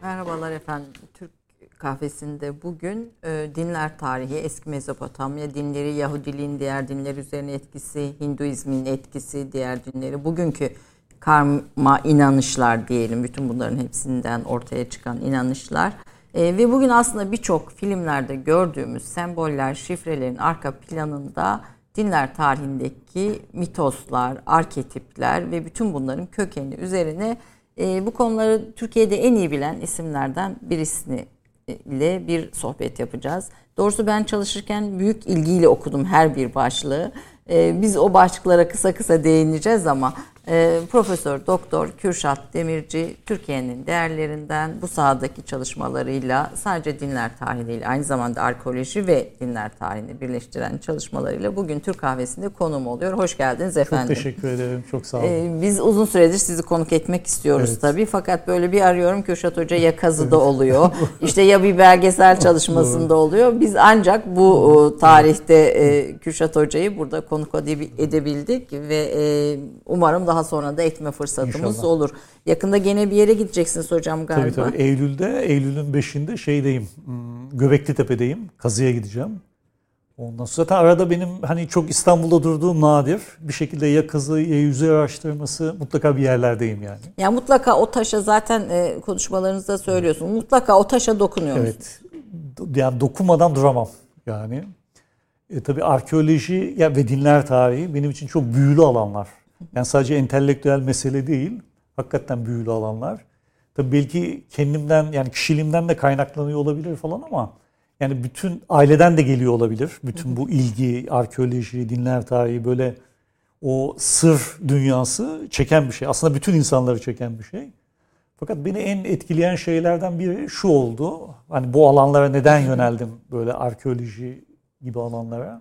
Merhabalar efendim. Türk kahvesinde bugün dinler tarihi, eski Mezopotamya dinleri, Yahudiliğin diğer dinler üzerine etkisi, Hinduizmin etkisi, diğer dinleri, bugünkü karma inanışlar diyelim. Bütün bunların hepsinden ortaya çıkan inanışlar. Ve bugün aslında birçok filmlerde gördüğümüz semboller, şifrelerin arka planında dinler tarihindeki mitoslar, arketipler ve bütün bunların kökeni üzerine bu konuları Türkiye'de en iyi bilen isimlerden birisiyle bir sohbet yapacağız. Doğrusu ben çalışırken büyük ilgiyle okudum her bir başlığı. Biz o başlıklara kısa kısa değineceğiz ama Profesör Doktor Kürşat Demirci Türkiye'nin değerlerinden bu sahadaki çalışmalarıyla sadece dinler tarihiyle aynı zamanda arkeoloji ve dinler tarihini birleştiren çalışmalarıyla bugün Türk kahvesinde konuğum oluyor. Hoş geldiniz efendim. Çok teşekkür ederim. Çok sağ olun. Biz uzun süredir sizi konuk etmek istiyoruz evet. Tabii. Fakat böyle bir arıyorum Kürşat Hoca ya kazıda evet. oluyor. İşte ya bir belgesel çalışmasında oluyor. Biz ancak bu tarihte Kürşat Hoca'yı burada konuk edebildik ve umarım daha sonra da etme fırsatımız İnşallah. Olur. Yakında gene bir yere gideceksiniz hocam galiba. Tabii. Eylül'ün 5'inde şeydeyim. Göbeklitepe'deyim. Kazıya gideceğim. Ondan sonra zaten arada benim hani çok İstanbul'da durduğum nadir. Bir şekilde ya kazı ya yüzey araştırması mutlaka bir yerlerdeyim yani. Ya mutlaka o taşa zaten konuşmalarınızda söylüyorsunuz. Mutlaka o taşa dokunuyor musunuz? Evet. Yani dokunmadan duramam yani. Tabii arkeoloji ve dinler tarihi benim için çok büyülü alanlar. Yani sadece entelektüel mesele değil, hakikaten büyülü alanlar. Tabii belki kendimden yani kişiliğimden de kaynaklanıyor olabilir falan ama yani bütün aileden de geliyor olabilir. Bütün bu ilgi, arkeoloji, dinler tarihi böyle o sır dünyası çeken bir şey. Aslında bütün insanları çeken bir şey. Fakat beni en etkileyen şeylerden biri şu oldu. Hani bu alanlara neden yöneldim böyle arkeoloji gibi alanlara?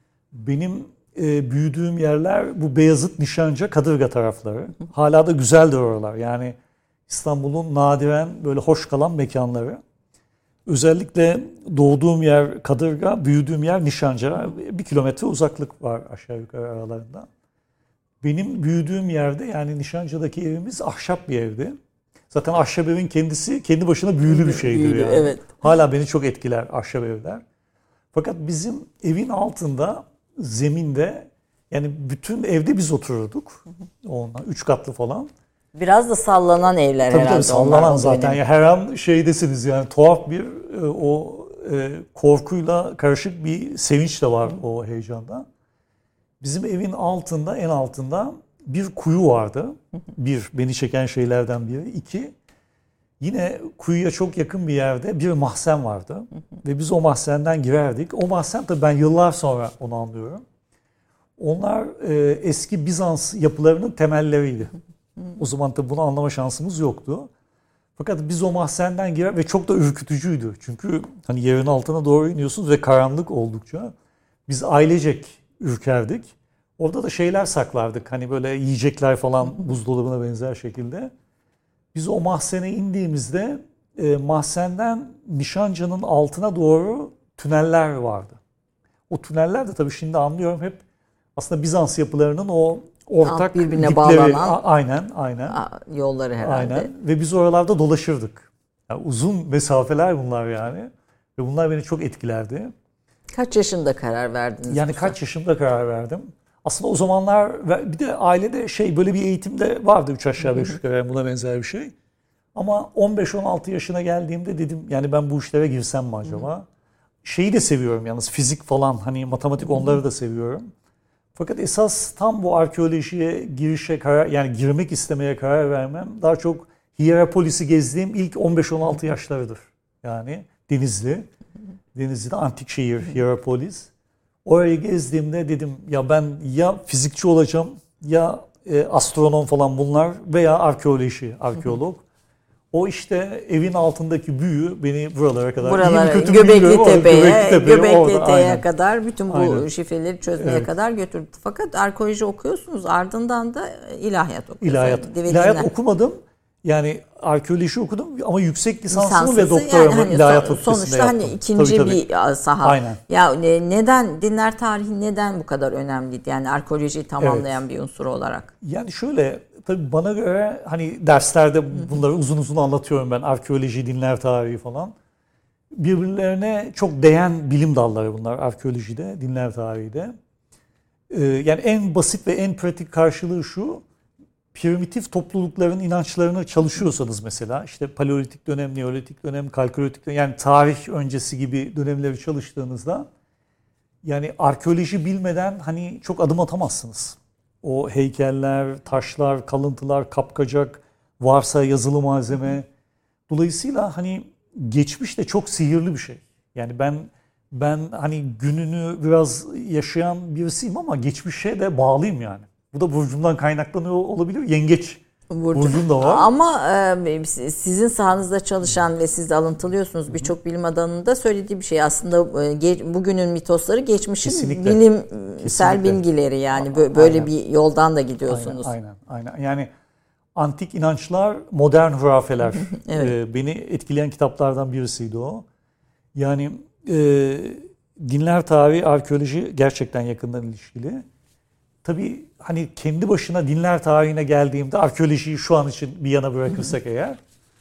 Benim büyüdüğüm yerler bu Beyazıt, Nişancı, Kadırga tarafları. Hala da güzeldir oralar. Yani İstanbul'un nadiren böyle hoş kalan mekanları. Özellikle doğduğum yer Kadırga, büyüdüğüm yer Nişancı. 1 kilometre uzaklık var aşağı yukarı aralarında. Benim büyüdüğüm yerde yani Nişancı'daki evimiz ahşap bir evdi. Zaten ahşap evin kendisi kendi başına büyülü bir şeydir yani. Evet. Hala beni çok etkiler ahşap evler. Fakat bizim evin altında zeminde yani bütün evde biz otururduk. Ondan 3 katlı falan. Biraz da sallanan evler tabii, herhalde. Tabii sallanan zaten. Yani her an şeydesiniz yani tuhaf bir korkuyla karışık bir sevinç de var o heyecanda. Bizim evin altında en altında bir kuyu vardı. Bir beni çeken şeylerden biri. 2 yine kuyuya çok yakın bir yerde bir mahzen vardı. Ve biz o mahzenden girerdik. O mahzen tabii ben yıllar sonra onu anlıyorum. Onlar eski Bizans yapılarının temelleriydi. O zaman tabii bunu anlama şansımız yoktu. Fakat biz o mahzenden girer ve çok da ürkütücüydü. Çünkü hani yerin altına doğru iniyorsunuz ve karanlık oldukça. Biz ailecek ürkerdik. Orada da şeyler saklardık. Hani böyle yiyecekler falan buzdolabına benzer şekilde. Biz o mahzene indiğimizde mahzenden Nişancı'nın altına doğru tüneller vardı. O tüneller de tabii şimdi anlıyorum hep aslında Bizans yapılarının o ortak birbirine dipleri. Bağlanan Aynen. Yolları herhalde. Aynen. Ve biz oralarda dolaşırdık. Yani uzun mesafeler bunlar yani. Ve bunlar beni çok etkilerdi. Kaç yaşında karar verdiniz? Yani kaç yaşımda karar verdim. Aslında o zamanlar bir de ailede böyle bir eğitimde vardı 3 aşağı 5 yukarı buna benzer bir şey. Ama 15-16 yaşına geldiğimde dedim yani ben bu işlere girsem mi acaba? Şeyi de seviyorum yalnız fizik falan hani matematik onları da seviyorum. Fakat esas tam bu arkeolojiye girmek istemeye karar vermem daha çok Hierapolis'i gezdiğim ilk 15-16 yaşlarıdır. Yani Denizli'de antik şehir Hierapolis. Orayı gezdiğimde dedim ya ben ya fizikçi olacağım ya astronom falan bunlar veya arkeolog. O işte evin altındaki büyü beni buralara kadar Göbeklitepe'ye kadar bütün bu şifreleri çözmeye kadar götürdü. Fakat arkeoloji okuyorsunuz ardından da ilahiyat okuyorsunuz. İlahiyat okumadım. Yani arkeoloji okudum ama yüksek lisansımı ve doktoramı yani ilahiyat fakültesinde sonuçta yaptım. Hani ikinci bir saha. Aynen. Ya neden dinler tarihi neden bu kadar önemliydi? Yani arkeolojiyi tamamlayan bir unsur olarak. Yani şöyle tabii bana göre hani derslerde bunları uzun uzun anlatıyorum ben. Arkeoloji, dinler tarihi falan. Birbirlerine çok değen bilim dalları bunlar arkeolojide, dinler tarihide. Yani en basit ve en pratik karşılığı şu: primitif toplulukların inançlarını çalışıyorsanız mesela, işte Paleolitik dönem, Neolitik dönem, Kalkolitik dönem, yani tarih öncesi gibi dönemleri çalıştığınızda yani arkeoloji bilmeden hani çok adım atamazsınız. O heykeller, taşlar, kalıntılar, kapkacak, varsa yazılı malzeme. Dolayısıyla hani geçmiş de çok sihirli bir şey. Yani ben hani gününü biraz yaşayan birisiyim ama geçmişe de bağlıyım yani. Bu da burcumdan kaynaklanıyor olabilir. Yengeç burcum da var. Ama sizin sahanızda çalışan ve siz de alıntılıyorsunuz birçok bilim adamının da söylediği bir şey. Aslında bugünün mitosları geçmişin Kesinlikle. bilimsel Kesinlikle. bilgileri yani böyle bir yoldan da gidiyorsunuz. Aynen. Yani antik inançlar, modern hurafeler. Evet. Beni etkileyen kitaplardan birisiydi o. Yani dinler tarihi, arkeoloji gerçekten yakından ilişkili. Tabii hani kendi başına dinler tarihine geldiğimde, arkeolojiyi şu an için bir yana bırakırsak eğer,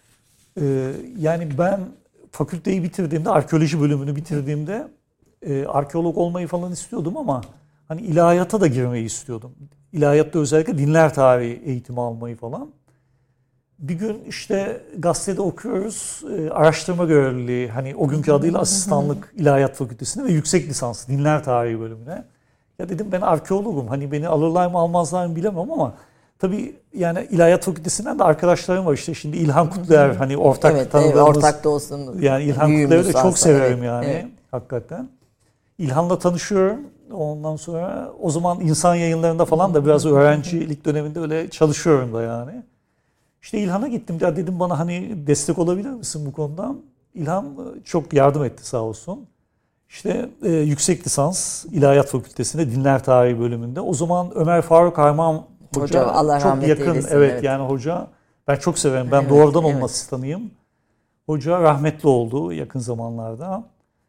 yani ben fakülteyi bitirdiğimde, arkeoloji bölümünü bitirdiğimde arkeolog olmayı falan istiyordum ama hani ilahiyata da girmeyi istiyordum. İlahiyatta özellikle dinler tarihi eğitimi almayı falan. Bir gün işte gazetede okuyoruz, araştırma görevliliği, hani o günkü adıyla asistanlık ilahiyat fakültesine ve yüksek lisans dinler tarihi bölümüne. Ya dedim ben arkeologum, hani beni alırlar mı almazlar mı bilemem ama tabii yani ilahiyat fakültesinden de arkadaşlarım var, işte şimdi İlhan Kutluer, hani ortak tanıdığımız. Evet, ortak da olsun. Yani İlhan Kutluer'i de çok severim yani, evet. Hakikaten. İlhan'la tanışıyorum. Ondan sonra o zaman İnsan Yayınları'nda falan da biraz öğrencilik döneminde öyle çalışıyorum da yani. İşte İlhan'a gittim, ya dedim bana hani destek olabilir misin bu konuda? İlhan çok yardım etti sağ olsun. İşte yüksek lisans İlahiyat Fakültesi'nde dinler tarihi bölümünde. O zaman Ömer Faruk Harman Hoca Allah çok yakın eylesin, evet yani hoca. Ben çok severim. Ben doğrudan onun asistanıyım. Hoca rahmetli oldu yakın zamanlarda.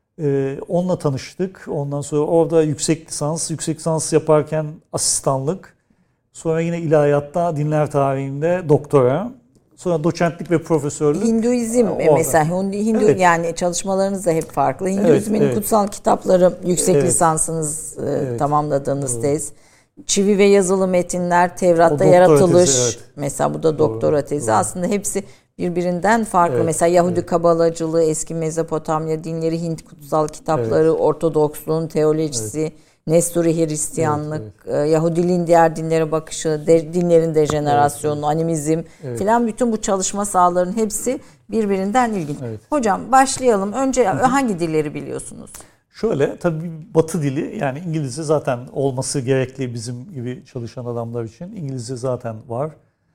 Onunla tanıştık. Ondan sonra orada yüksek lisans yaparken asistanlık. Sonra yine ilahiyatta dinler tarihinde doktora. Sonra doçentlik ve profesörlük. Hinduizm mesela evet. Yani çalışmalarınız da hep farklı. Hinduizmin kutsal kitapları yüksek lisansınız tamamladığınız tez. Çivi ve yazılı metinler, Tevrat'ta yaratılış tezi, mesela bu da doktora tezi. Aslında hepsi birbirinden farklı. Mesela Yahudi kabalacılığı, eski Mezopotamya dinleri, Hint kutsal kitapları, Ortodoksluğun teolojisi, Nesturi Hristiyanlık, Yahudiliğin diğer dinlere bakışı, dinlerin dejenerasyonu, animizm filan, bütün bu çalışma sahalarının hepsi birbirinden ilginç. Hocam başlayalım. Önce hangi dilleri biliyorsunuz? Şöyle, tabii Batı dili, yani İngilizce zaten olması gerekli bizim gibi çalışan adamlar için. İngilizce zaten var.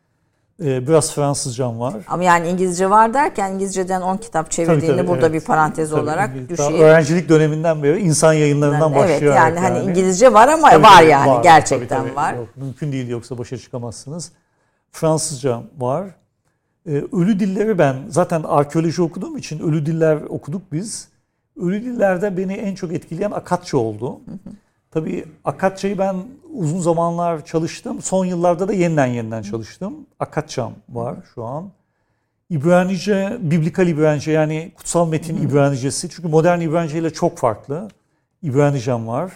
Biraz Fransızcam var. Ama yani İngilizce var derken İngilizceden 10 kitap çevirdiğini burada bir parantez olarak düşeyim. Öğrencilik döneminden beri İnsan Yayınları'ndan başlıyor. Evet yani hani İngilizce var ama var yani var, gerçekten var. Yok, mümkün değil, yoksa başa çıkamazsınız. Fransızcam var. Ölü dilleri, ben zaten arkeoloji okuduğum için ölü diller okuduk biz. Ölü dillerde beni en çok etkileyen Akatça oldu. Tabii Akatça'yı ben uzun zamanlar çalıştım. Son yıllarda da yeniden çalıştım. Akatçam var şu an. İbranice, Biblikal İbranice, yani kutsal metin İbranicesi. Çünkü modern İbranice ile çok farklı. İbranicem var.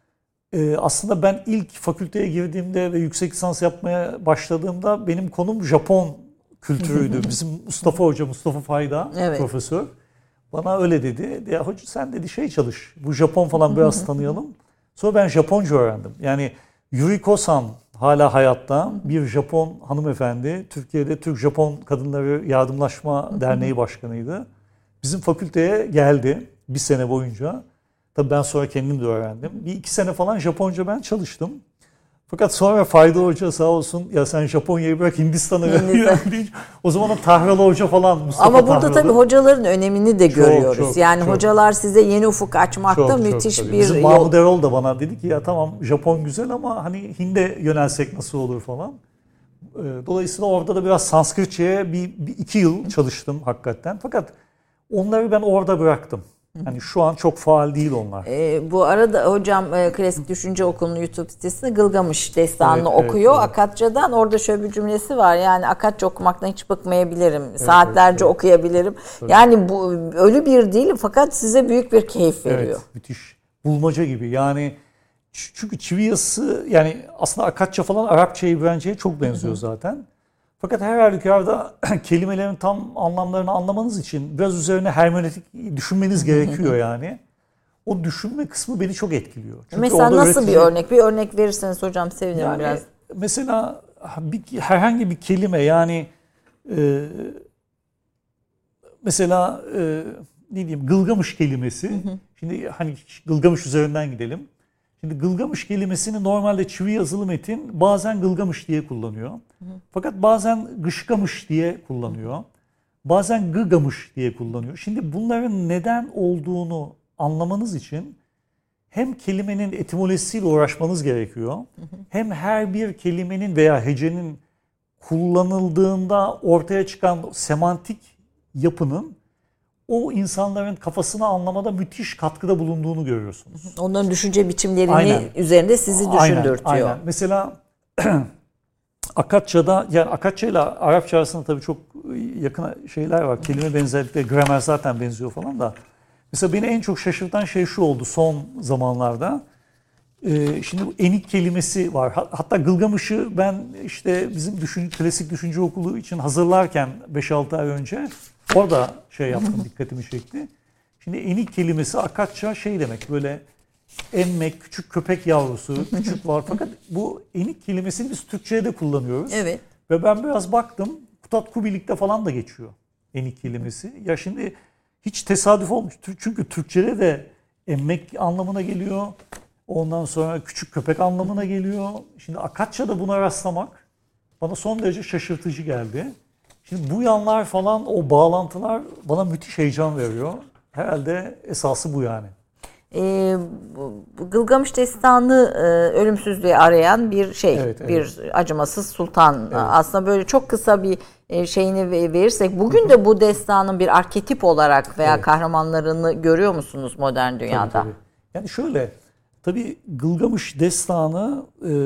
Aslında ben ilk fakülteye girdiğimde ve yüksek lisans yapmaya başladığımda benim konum Japon kültürüydü. Bizim Mustafa Hoca, Mustafa Fayda profesör. Bana öyle dedi. Ya hoca sen dedi çalış. Bu Japon falan biraz tanıyalım. Sonra ben Japonca öğrendim. Yani Yuriko-san hala hayatta, bir Japon hanımefendi. Türkiye'de Türk-Japon Kadınları Yardımlaşma Derneği Başkanıydı. Bizim fakülteye geldi bir sene boyunca. Tabii ben sonra kendim de öğrendim. Bir 2 sene falan Japonca ben çalıştım. Fakat sonra Fayda Hoca sağ olsun, ya sen Japonya'yı bırak Hindistan'a gel. O zaman da Tahralı Hoca falan, Mustafa Ama burada Tahralı. Tabii hocaların önemini de görüyoruz. Çok. Hocalar size yeni ufuk açmakta müthiş bir Bizim Mahmut Erol da bana dedi ki ya tamam Japon güzel ama hani Hind'e yönelsek nasıl olur falan. Dolayısıyla orada da biraz Sanskritçe'ye bir 2 yıl çalıştım hakikaten. Fakat onları ben orada bıraktım. Hani şu an çok faal değil onlar. Bu arada hocam Klasik Düşünce Okulu'nun YouTube sitesinde Gılgamış Destanı'nı okuyor. Evet. Akatça'dan orada şöyle bir cümlesi var. Yani Akatça okumaktan hiç bıkmayabilirim. Evet, saatlerce okuyabilirim. Tabii. Yani bu ölü bir değil fakat size büyük bir keyif veriyor. Evet, müthiş. Bulmaca gibi. Yani çünkü çivi yazısı yani aslında Akatça falan Arapça, İbranice'ye çok benziyor zaten. Fakat her halükarda kelimelerin tam anlamlarını anlamanız için biraz üzerine hermenötik düşünmeniz gerekiyor yani. O düşünme kısmı beni çok etkiliyor. Çünkü mesela nasıl bir örnek? Bir örnek verirseniz hocam sevinirim yani, biraz. Mesela herhangi bir kelime yani mesela ne diyeyim Gılgamış kelimesi. Şimdi hani Gılgamış üzerinden gidelim. Şimdi Gılgamış kelimesini normalde çivi yazılı metin bazen Gılgamış diye kullanıyor. Fakat bazen Gışgamış diye kullanıyor. Bazen Gıgamış diye kullanıyor. Şimdi bunların neden olduğunu anlamanız için hem kelimenin etimolojisiyle uğraşmanız gerekiyor. Hem her bir kelimenin veya hecenin kullanıldığında ortaya çıkan semantik yapının o insanların kafasını anlamada müthiş katkıda bulunduğunu görüyorsunuz. Onların düşünce biçimlerini üzerinde sizi düşündürtüyor. Aynen. Mesela Akatça'da yani Akatça ile Arapça arasında tabii çok yakın şeyler var. Kelime benzerlikleri, gramer zaten benziyor falan da. Mesela beni en çok şaşırtan şey şu oldu son zamanlarda. Şimdi bu enik kelimesi var. Hatta Gılgamış'ı ben işte bizim klasik düşünce okulu için hazırlarken 5-6 ay önce orada şey yaptım, dikkatimi çekti. Şimdi enik kelimesi Akatça şey demek böyle emmek, küçük köpek yavrusu, küçük var. Fakat bu enik kelimesini biz Türkçe'de de kullanıyoruz. Evet. Ve ben biraz baktım, Kutat Kubilik'te falan da geçiyor enik kelimesi. Ya şimdi hiç tesadüf olmuş. Çünkü Türkçe'de de emmek anlamına geliyor. Ondan sonra küçük köpek anlamına geliyor. Şimdi Akatça'da buna rastlamak bana son derece şaşırtıcı geldi. Şimdi bu yanlar falan, o bağlantılar bana müthiş heyecan veriyor. Herhalde esası bu yani. Gılgamış Destanı ölümsüzlüğü arayan bir şey, evet. Bir acımasız sultan. Evet. Aslında böyle çok kısa bir şeyini verirsek, bugün de bu destanın bir arketip olarak veya kahramanlarını görüyor musunuz modern dünyada? Tabii. Yani şöyle, tabii Gılgamış Destanı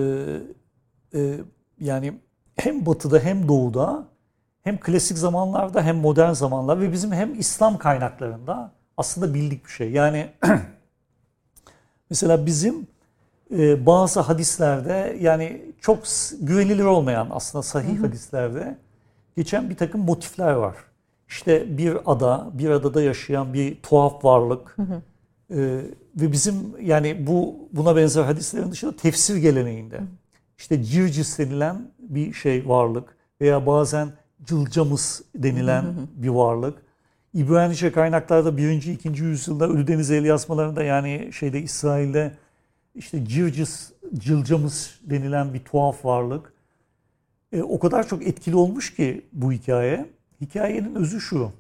yani hem batıda hem doğuda hem klasik zamanlarda hem modern zamanlar ve bizim hem İslam kaynaklarında aslında bildik bir şey. Yani mesela bizim bazı hadislerde yani çok güvenilir olmayan aslında sahih hadislerde geçen bir takım motifler var. İşte bir adada yaşayan bir tuhaf varlık ve bizim yani buna benzer hadislerin dışında tefsir geleneğinde işte Circis denilen bir şey varlık veya bazen Cılcamız denilen bir varlık. İbranice kaynaklarda 1. 2. yüzyılda Ölüdeniz el yazmalarında yani İsrail'de işte Circis, Cılcamız denilen bir tuhaf varlık. O kadar çok etkili olmuş ki bu hikaye. Hikayenin özü şu.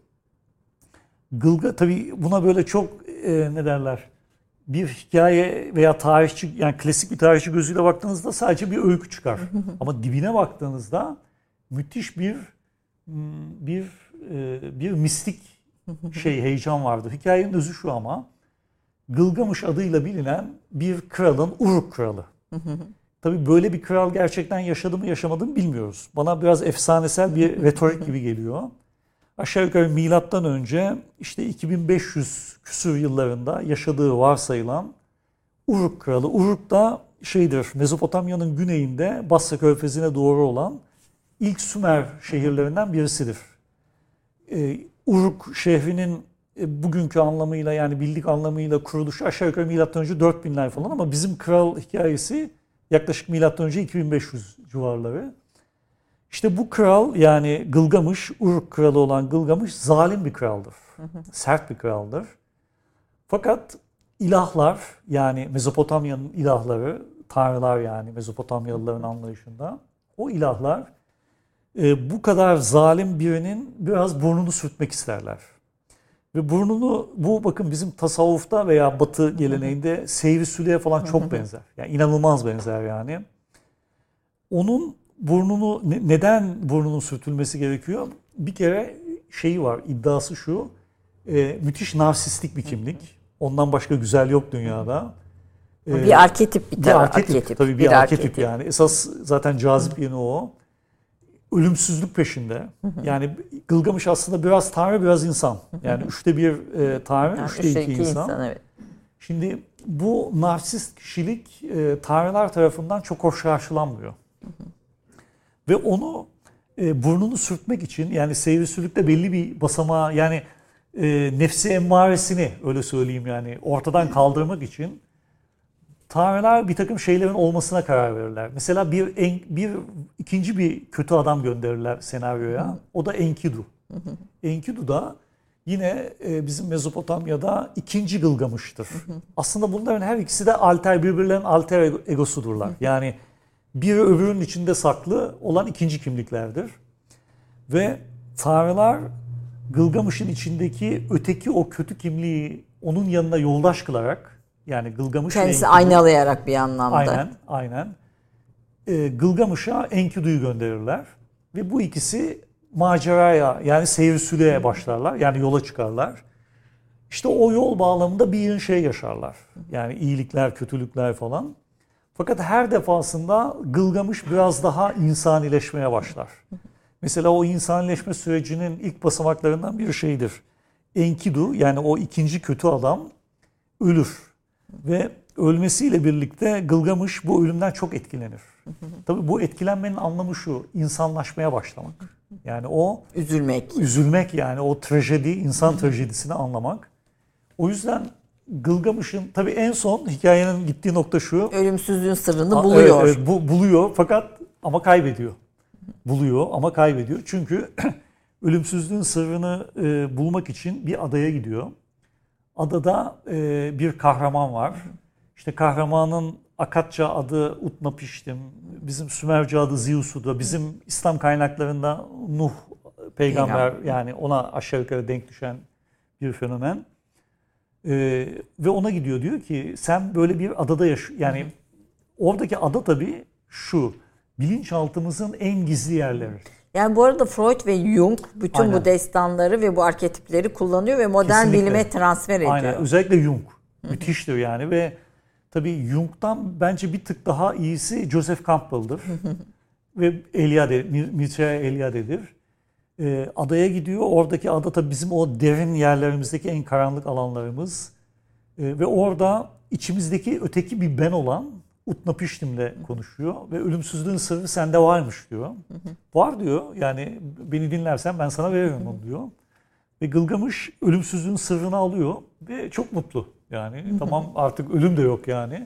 Tabii buna böyle çok ne derler? Bir hikaye veya tarihçi yani klasik bir tarihçi gözüyle baktığınızda sadece bir öykü çıkar. Ama dibine baktığınızda müthiş bir mistik heyecan vardı. Hikayenin özü şu ama Gılgamış adıyla bilinen bir kralın Uruk kralı. Tabii böyle bir kral gerçekten yaşadı mı yaşamadı mı bilmiyoruz. Bana biraz efsanesel bir retorik gibi geliyor. Aşağı yukarı milattan önce işte 2500 küsur yıllarında yaşadığı varsayılan Uruk kralı. Uruk da Mezopotamya'nın güneyinde Basra Körfezi'ne doğru olan ilk Sümer şehirlerinden birisidir. Uruk şehrinin bugünkü anlamıyla yani bildik anlamıyla kuruluşu aşağı yukarı milattan önce 4000'ler falan ama bizim kral hikayesi yaklaşık milattan önce 2500 civarları. İşte bu kral yani Gılgamış, Uruk kralı olan Gılgamış zalim bir kraldır. Sert bir kraldır. Fakat ilahlar yani Mezopotamya'nın ilahları, tanrılar yani Mezopotamyalıların anlayışında o ilahlar bu kadar zalim birinin biraz burnunu sürtmek isterler. Ve bakın bizim tasavvufta veya Batı geleneğinde Seyri Süle'ye falan çok benzer. Yani inanılmaz benzer yani. Onun neden burnunun sürtülmesi gerekiyor? Bir kere iddiası şu. Müthiş narsistik bir kimlik. Ondan başka güzel yok dünyada. Bir arketip bir arketip. Tabii bir arketip yani. Esas zaten cazip yanı o. Ölümsüzlük peşinde. Yani Gılgamış aslında biraz tanrı, biraz insan. Yani 1/3 tanrı, yani 2 insan. Evet. Şimdi bu narsist kişilik tanrılar tarafından çok hoş karşılanmıyor. Ve onu burnunu sürtmek için, yani seyrisülükte belli bir basamağa, yani nefsi emmaresini, öyle söyleyeyim, yani ortadan kaldırmak için tanrılar bir takım şeylerin olmasına karar verirler. Mesela ikinci bir kötü adam gönderirler senaryoya. O da Enkidu. Enkidu da yine bizim Mezopotamya'da ikinci Gılgamış'tır. Aslında bunların her ikisi de birbirlerinin alter egosudurlar. Yani biri öbürünün içinde saklı olan ikinci kimliklerdir. Ve tanrılar Gılgamış'ın içindeki öteki o kötü kimliği onun yanına yoldaş kılarak, yani Gılgamış kendisi aynalayarak bir anlamda. Aynen. Gılgamış'a Enkidu'yu gönderirler. Ve bu ikisi maceraya, yani seyrisülüğe başlarlar. Yani yola çıkarlar. İşte o yol bağlamında bir yaşarlar. Yani iyilikler, kötülükler falan. Fakat her defasında Gılgamış biraz daha insanileşmeye başlar. Mesela o insanileşme sürecinin ilk basamaklarından bir şeydir. Enkidu, yani o ikinci kötü adam ölür. Ve ölmesiyle birlikte Gılgamış bu ölümden çok etkilenir. Tabii bu etkilenmenin anlamı şu: insanlaşmaya başlamak. Yani o üzülmek, yani o trajedi, insan trajedisini anlamak. O yüzden Gılgamış'ın tabii en son hikayenin gittiği nokta şu: ölümsüzlüğün sırrını buluyor. Evet, buluyor fakat ama kaybediyor. Buluyor ama kaybediyor. Çünkü ölümsüzlüğün sırrını bulmak için bir adaya gidiyor. Adada bir kahraman var. İşte kahramanın Akatça adı Utnapiştim, bizim Sümerce adı Zeus'u, bizim İslam kaynaklarında Nuh peygamber, yani ona aşağı yukarı denk düşen bir fenomen. Ve ona gidiyor, diyor ki sen böyle bir adada yani oradaki ada tabii şu: bilinçaltımızın en gizli yerleri. Yani bu arada Freud ve Jung bütün bu destanları ve bu arketipleri kullanıyor ve modern bilime transfer ediyor. Aynen, özellikle Jung. Müthiştir yani. Ve tabii Jung'dan bence bir tık daha iyisi Joseph Campbell'dır. Ve Mircea Eliade'dir. Adaya gidiyor. Oradaki ada tabii bizim o derin yerlerimizdeki en karanlık alanlarımız. Ve orada içimizdeki öteki bir ben olan Utnapiştim'le konuşuyor. Ve ölümsüzlüğün sırrı sende varmış diyor. Var diyor. Yani beni dinlersen ben sana veririm onu diyor. Ve Gılgamış ölümsüzlüğün sırrını alıyor. Ve çok mutlu. Yani tamam, artık ölüm de yok yani.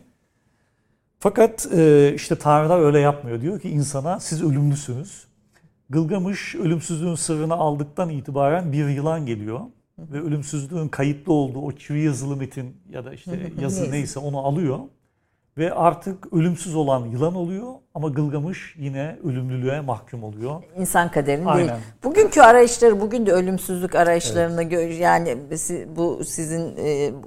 Fakat işte tanrılar öyle yapmıyor. Diyor ki insana, siz ölümlüsünüz. Gılgamış ölümsüzlüğün sırrını aldıktan itibaren bir yılan geliyor. Ve ölümsüzlüğün kayıtlı olduğu o çivi yazılı metin ya da işte yazı neyse onu alıyor. Ve artık ölümsüz olan yılan oluyor ama Gılgamış yine ölümlülüğe mahkum oluyor. İnsan kaderinin değil. Bugünkü arayışları, bugün de ölümsüzlük arayışlarını yani bu sizin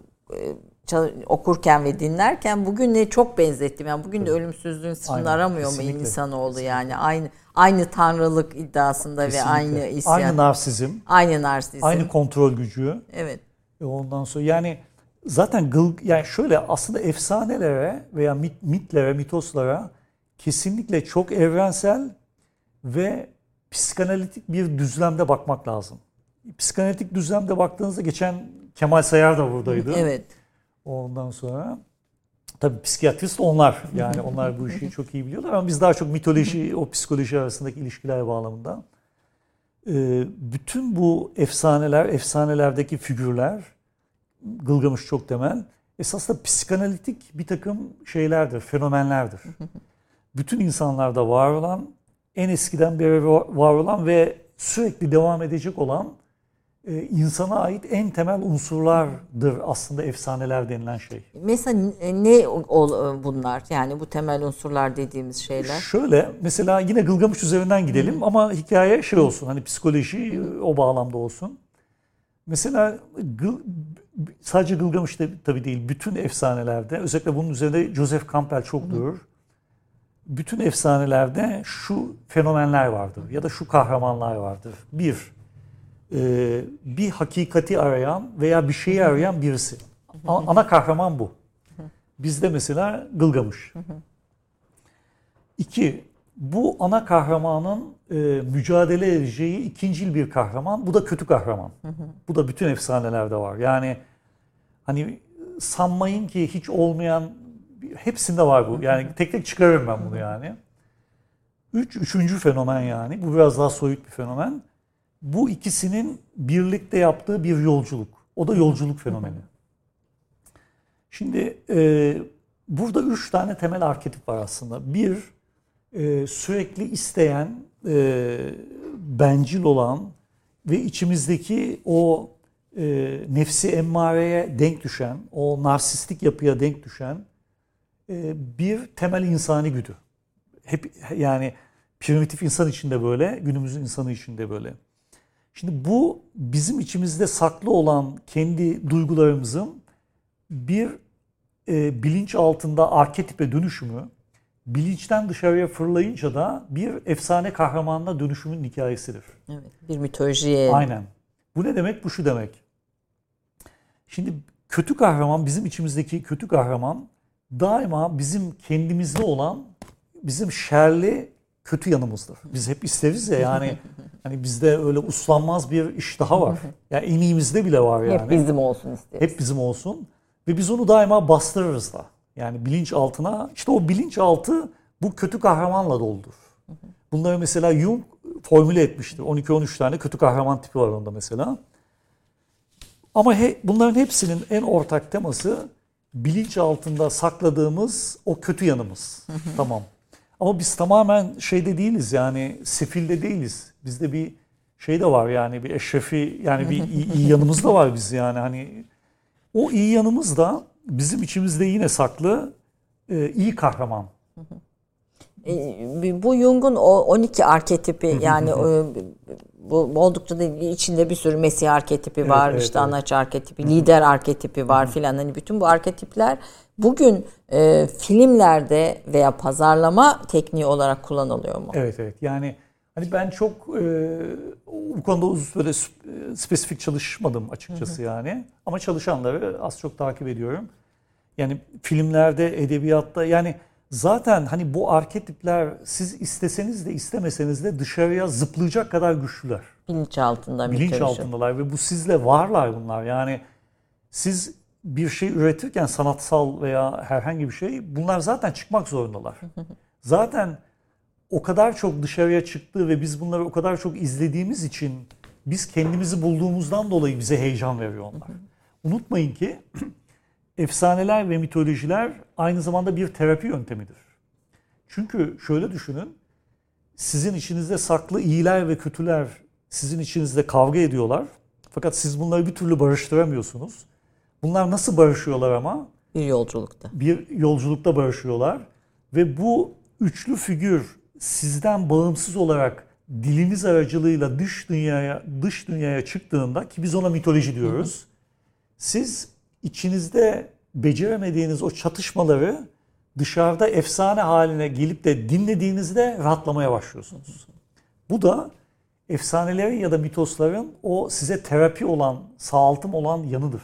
okurken ve dinlerken bugüne çok benzettim. Yani bugün de ölümsüzlüğün sırrını aramıyor mu insanoğlu yani? Aynı tanrılık iddiasında ve aynı isyan. Aynı narsizm. Aynı kontrol gücü. Evet. Ondan sonra yani zaten yani şöyle, aslında efsanelere veya mitlere, mitoslara kesinlikle çok evrensel ve psikanalitik bir düzlemde bakmak lazım. Psikanalitik düzlemde baktığınızda, geçen Kemal Sayar da buradaydı. Evet. Ondan sonra tabii psikiyatrist onlar. Yani onlar bu işi çok iyi biliyorlar ama biz daha çok mitoloji, o psikoloji arasındaki ilişkiler bağlamında. Bütün bu efsanelerdeki figürler, Gılgamış çok temel, esasında psikanalitik bir takım şeylerdir, fenomenlerdir. Bütün insanlarda var olan, en eskiden beri var olan ve sürekli devam edecek olan insana ait en temel unsurlardır aslında efsaneler denilen şey. Mesela ne bunlar? Yani bu temel unsurlar dediğimiz şeyler. Şöyle, mesela yine Gılgamış üzerinden gidelim ama hikaye şey olsun, hani psikoloji o bağlamda olsun. Mesela sadece Gılgamış'ta tabii değil, bütün efsanelerde, özellikle bunun üzerinde Joseph Campbell çok durur. Bütün efsanelerde şu fenomenler vardır ya da şu kahramanlar vardır. Bir, bir hakikati arayan veya bir şeyi arayan birisi. Ana kahraman bu. Bizde mesela Gılgamış. 2. Bu ana kahramanın mücadele edeceği ikincil bir kahraman. Bu da kötü kahraman. Bu da bütün efsanelerde var. Yani hani sanmayın ki hiç olmayan, hepsinde var bu. Yani tek tek çıkarırım ben bunu yani. Üçüncü fenomen yani. Bu biraz daha soyut bir fenomen. Bu ikisinin birlikte yaptığı bir yolculuk. O da yolculuk fenomeni. Şimdi burada 3 tane temel arketip var aslında. Bir, sürekli isteyen, bencil olan ve içimizdeki o nefsi emmareye denk düşen, o narsistik yapıya denk düşen bir temel insani güdü. Hep yani primitif insan içinde böyle, günümüzün insanı içinde böyle. Şimdi bu bizim içimizde saklı olan kendi duygularımızın bir bilinç altında arketipe dönüşümü, bilinçten dışarıya fırlayınca da bir efsane kahramanına dönüşümün hikayesidir. Evet, bir mitolojiye. Aynen. Bu ne demek? Bu şu demek. Şimdi kötü kahraman, bizim içimizdeki kötü kahraman daima bizim kendimizde olan, bizim şerli kötü yanımızdır. Biz hep isteriz ya yani hani bizde öyle uslanmaz bir iştahı var. Yani emiğimizde bile var yani. Hep bizim olsun isteriz. Hep bizim olsun ve biz onu daima bastırırız da. Yani bilinçaltına, işte o bilinçaltı bu kötü kahramanla doludur. Bunları mesela Jung formüle etmiştir. 12-13 tane kötü kahraman tipi var onda mesela. Ama bunların hepsinin en ortak teması bilinç altında sakladığımız o kötü yanımız. Tamam. Ama biz tamamen şeyde değiliz yani sefilde değiliz. Bizde bir şey de var yani bir eşrefi yani bir iyi yanımız da var biz yani hani o iyi yanımız da bizim içimizde yine saklı iyi kahraman. Bu Jung'un o 12 arketipi yani bu oldukça da içinde bir sürü Mesih arketipi var, evet, işte anaç arketipi, lider arketipi var filan. Hani bütün bu arketipler bugün filmlerde veya pazarlama tekniği olarak kullanılıyor mu? Evet. Yani hani ben çok bu konuda böyle spesifik çalışmadım açıkçası yani. Ama çalışanları az çok takip ediyorum. Yani filmlerde, edebiyatta yani zaten hani bu arketipler siz isteseniz de istemeseniz de dışarıya zıplayacak kadar güçlüler. Bilinç altında. Bilinç altındalar ve bu sizle varlar bunlar. Yani siz bir şey üretirken sanatsal veya herhangi bir şey bunlar zaten çıkmak zorundalar. Zaten o kadar çok dışarıya çıktığı ve biz bunları o kadar çok izlediğimiz için biz kendimizi bulduğumuzdan dolayı bize heyecan veriyor onlar. Unutmayın ki efsaneler ve mitolojiler aynı zamanda bir terapi yöntemidir. Çünkü şöyle düşünün, sizin içinizde saklı iyiler ve kötüler sizin içinizde kavga ediyorlar. Fakat siz bunları bir türlü barıştıramıyorsunuz. Bunlar nasıl barışıyorlar ama? Bir yolculukta. Bir yolculukta barışıyorlar. Ve bu üçlü figür sizden bağımsız olarak diliniz aracılığıyla dış dünyaya çıktığında ki biz ona mitoloji diyoruz. Siz içinizde beceremediğiniz o çatışmaları dışarıda efsane haline gelip de dinlediğinizde rahatlamaya başlıyorsunuz. Bu da efsanelerin ya da mitosların o size terapi olan, sağaltım olan yanıdır.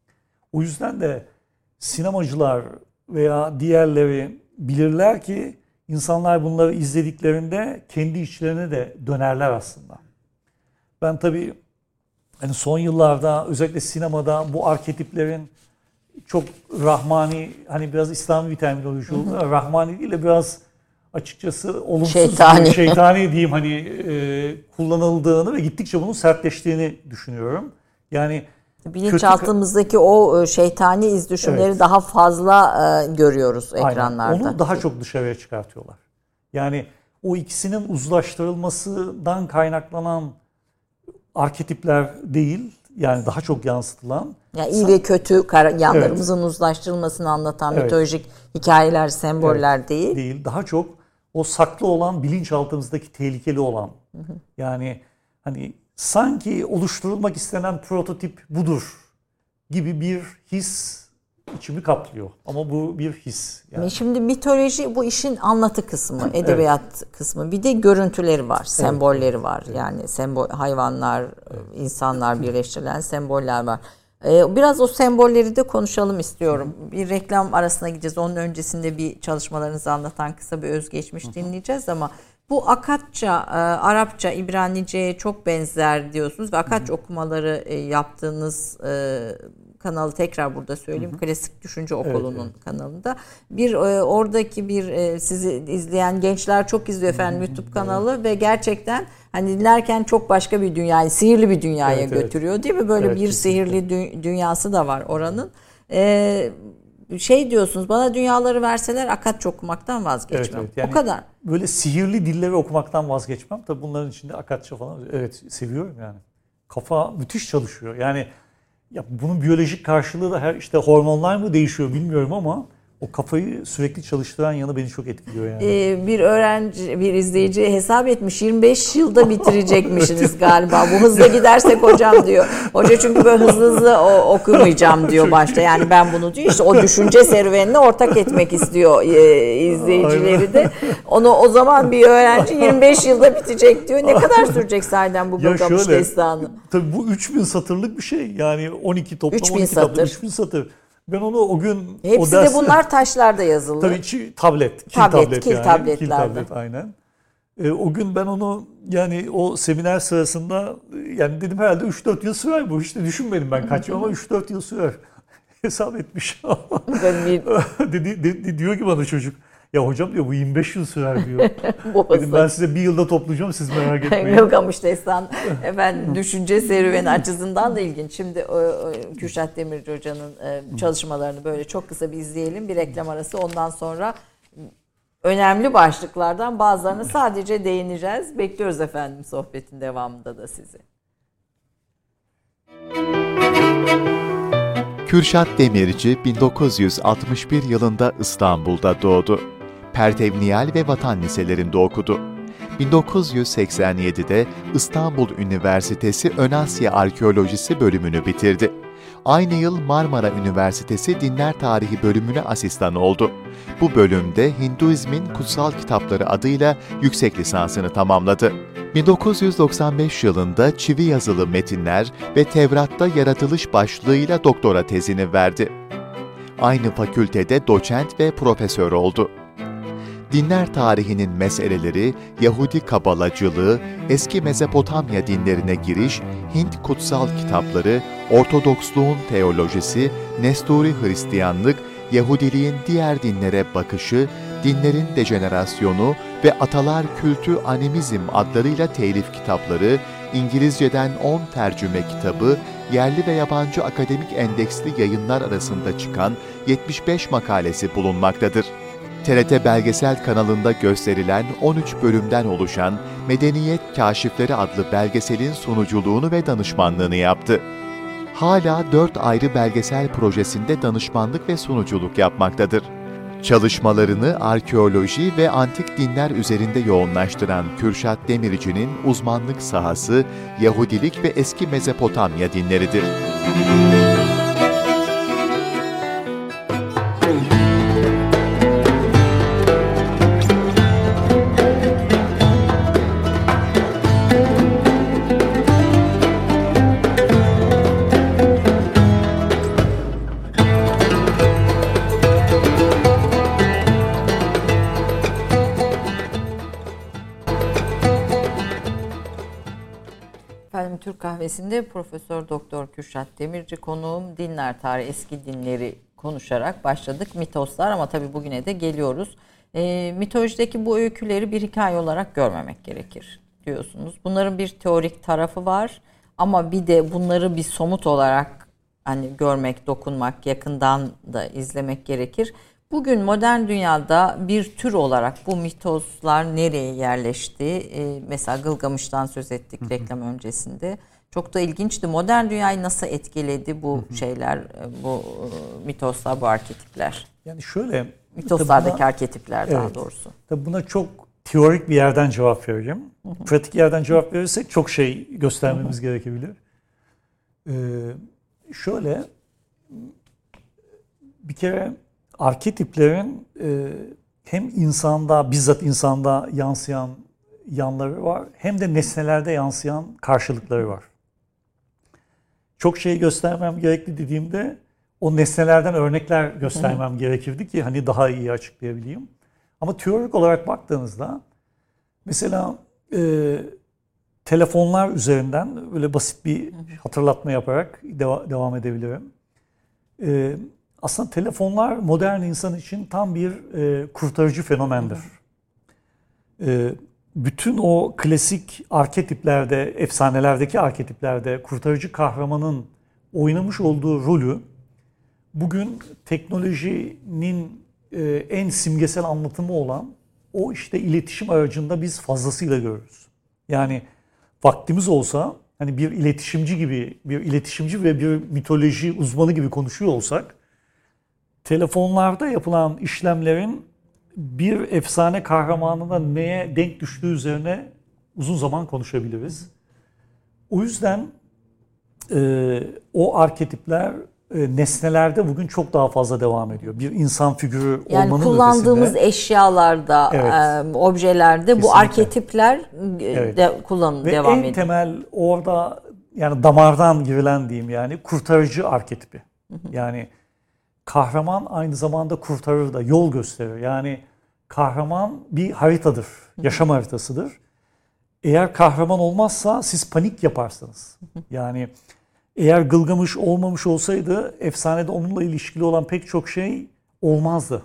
O yüzden de sinemacılar veya diğerleri bilirler ki insanlar bunları izlediklerinde kendi içlerine de dönerler aslında. Ben tabii hani son yıllarda özellikle sinemada bu arketiplerin çok rahmani, hani biraz İslami bir terminoloji oldu ama rahmani değil de biraz açıkçası olumsuz, şeytani diyeyim hani kullanıldığını ve gittikçe bunun sertleştiğini düşünüyorum. Yani bilinçaltımızdaki o şeytani izdüşümleri daha fazla görüyoruz ekranlarda. Aynen. Onu daha çok dışarıya çıkartıyorlar. Yani o ikisinin uzlaştırılmasından kaynaklanan arketipler değil, yani daha çok yansıtılan. Yani iyi ve kötü yanlarımızın uzlaştırılmasını anlatan mitolojik hikayeler, semboller değil. Değil, daha çok o saklı olan, bilinçaltımızdaki tehlikeli olan. Yani hani sanki oluşturulmak istenen prototip budur gibi bir his içimi kaplıyor. Ama bu bir his. Yani. Şimdi mitoloji bu işin anlatı kısmı, edebiyat kısmı. Bir de görüntüleri var, sembolleri var. Yani hayvanlar, insanlar birleştirilen semboller var. Biraz o sembolleri de konuşalım istiyorum. Bir reklam arasına gideceğiz. Onun öncesinde bir çalışmalarınızı anlatan kısa bir özgeçmiş dinleyeceğiz ama bu Akatça, Arapça, İbranice'ye çok benzer diyorsunuz ve Akatça okumaları yaptığınız kanalı tekrar burada söyleyeyim. Klasik Düşünce Okulu'nun kanalında. Oradaki sizi izleyen gençler çok izliyor efendim YouTube kanalı ve gerçekten hani dinlerken çok başka bir dünyayı, sihirli bir dünyaya götürüyor değil mi? Böyle bir sihirli dünyası da var oranın. Diyorsunuz, bana dünyaları verseler Akatça okumaktan vazgeçmem. Yani o kadar. Böyle sihirli dilleri okumaktan vazgeçmem. Tabii bunların içinde Akatça falan. Evet, seviyorum yani. Kafa müthiş çalışıyor. Yani ya bunun biyolojik karşılığı da işte hormonlar mı değişiyor bilmiyorum ama o kafayı sürekli çalıştıran yanı beni çok etkiliyor yani. Bir izleyici hesap etmiş, 25 yılda bitirecekmişsiniz galiba. Bu hızla gidersek hocam diyor. Hoca çünkü böyle hızlı okumayacağım diyor başta. Yani ben bunu diyor işte o düşünce serüvenine ortak etmek istiyor izleyicileri de. Onu o zaman bir öğrenci 25 yılda bitecek diyor. Ne kadar sürecek sahiden bu Gılgamış destanı? Tabii bu 3000 satırlık bir şey. Yani 12 toplam 3000 12 satır. 3000 satır. Ben onu o gün hepsi de bunlar taşlarda yazılı. Tabii kil tablet aynen. O gün ben onu yani o seminer sırasında yani dedim herhalde 3-4 yıl sürer bu. İşte düşünmedim ben kaç yıl ama 3-4 yıl sürer. Hesap etmiş. Diyor ki bana çocuk, ya hocam diyor bu 25 yıl sürer diyor. Dedim ben size bir yılda toplayacağım, siz merak etmeyin. Gılgamış Destan efendim düşünce serüveni açısından da ilginç. Şimdi Kürşat Demirci Hoca'nın çalışmalarını böyle çok kısa bir izleyelim. Bir reklam arası, ondan sonra önemli başlıklardan bazılarına sadece değineceğiz. Bekliyoruz efendim sohbetin devamında da sizi. Kürşat Demirci 1961 yılında İstanbul'da doğdu. Pertevniyal ve Vatan Liselerinde okudu. 1987'de İstanbul Üniversitesi Ön Asya Arkeolojisi bölümünü bitirdi. Aynı yıl Marmara Üniversitesi Dinler Tarihi bölümüne asistan oldu. Bu bölümde Hinduizmin Kutsal Kitapları adıyla yüksek lisansını tamamladı. 1995 yılında Çivi Yazılı Metinler ve Tevrat'ta Yaratılış başlığıyla doktora tezini verdi. Aynı fakültede doçent ve profesör oldu. Dinler tarihinin meseleleri, Yahudi kabalacılığı, eski Mezopotamya dinlerine giriş, Hint kutsal kitapları, Ortodoksluğun teolojisi, Nesturi Hristiyanlık, Yahudiliğin diğer dinlere bakışı, dinlerin dejenerasyonu ve atalar kültü animizm adlarıyla telif kitapları, İngilizceden 10 tercüme kitabı, yerli ve yabancı akademik endeksli yayınlar arasında çıkan 75 makalesi bulunmaktadır. TRT Belgesel kanalında gösterilen 13 bölümden oluşan Medeniyet Kaşifleri adlı belgeselin sunuculuğunu ve danışmanlığını yaptı. Hala 4 ayrı belgesel projesinde danışmanlık ve sunuculuk yapmaktadır. Çalışmalarını arkeoloji ve antik dinler üzerinde yoğunlaştıran Kürşat Demirci'nin uzmanlık sahası Yahudilik ve eski Mezopotamya dinleridir. Türk Kahvesi'nde Profesör Doktor Kürşat Demirci konuğum. Dinler tarihi, eski dinleri konuşarak başladık. Mitoslar, ama tabii bugüne de geliyoruz. Mitolojideki bu öyküleri bir hikaye olarak görmemek gerekir diyorsunuz. Bunların bir teorik tarafı var ama bir de bunları bir somut olarak hani görmek, dokunmak, yakından da izlemek gerekir. Bugün modern dünyada bir tür olarak bu mitoslar nereye yerleşti? Mesela Gılgamış'tan söz ettik reklam öncesinde. Çok da ilginçti. Modern dünyayı nasıl etkiledi bu şeyler, bu mitoslar, bu arketipler? Yani şöyle... Mitoslardaki arketipler daha doğrusu. Tabii buna çok teorik bir yerden cevap vereceğim. Pratik yerden cevap verirsek çok şey göstermemiz gerekebilir. Şöyle... bir kere arketiplerin hem insanda, bizzat insanda yansıyan yanları var, hem de nesnelerde yansıyan karşılıkları var. Çok şey göstermem gerekli dediğimde o nesnelerden örnekler göstermem gerekirdi ki hani daha iyi açıklayabileyim. Ama teorik olarak baktığınızda mesela telefonlar üzerinden böyle basit bir hatırlatma yaparak devam edebilirim. Aslında telefonlar modern insan için tam bir kurtarıcı fenomendir. Bütün o klasik arketiplerde, efsanelerdeki arketiplerde kurtarıcı kahramanın oynamış olduğu rolü bugün teknolojinin en simgesel anlatımı olan o işte iletişim aracında biz fazlasıyla görürüz. Yani vaktimiz olsa hani bir iletişimci ve bir mitoloji uzmanı gibi konuşuyor olsak telefonlarda yapılan işlemlerin bir efsane kahramanına neye denk düştüğü üzerine uzun zaman konuşabiliriz. O yüzden o arketipler nesnelerde bugün çok daha fazla devam ediyor. Bir insan figürü olmanın ötesinde. Yani kullandığımız eşyalarda, objelerde kesinlikle bu arketipler de devam ediyor. Ve en temel orada yani damardan girilen diyeyim yani kurtarıcı arketipi. Yani kahraman aynı zamanda kurtarır da, yol gösterir. Yani kahraman bir haritadır, yaşam haritasıdır. Eğer kahraman olmazsa siz panik yaparsınız. Yani eğer Gılgamış olmamış olsaydı efsanede onunla ilişkili olan pek çok şey olmazdı.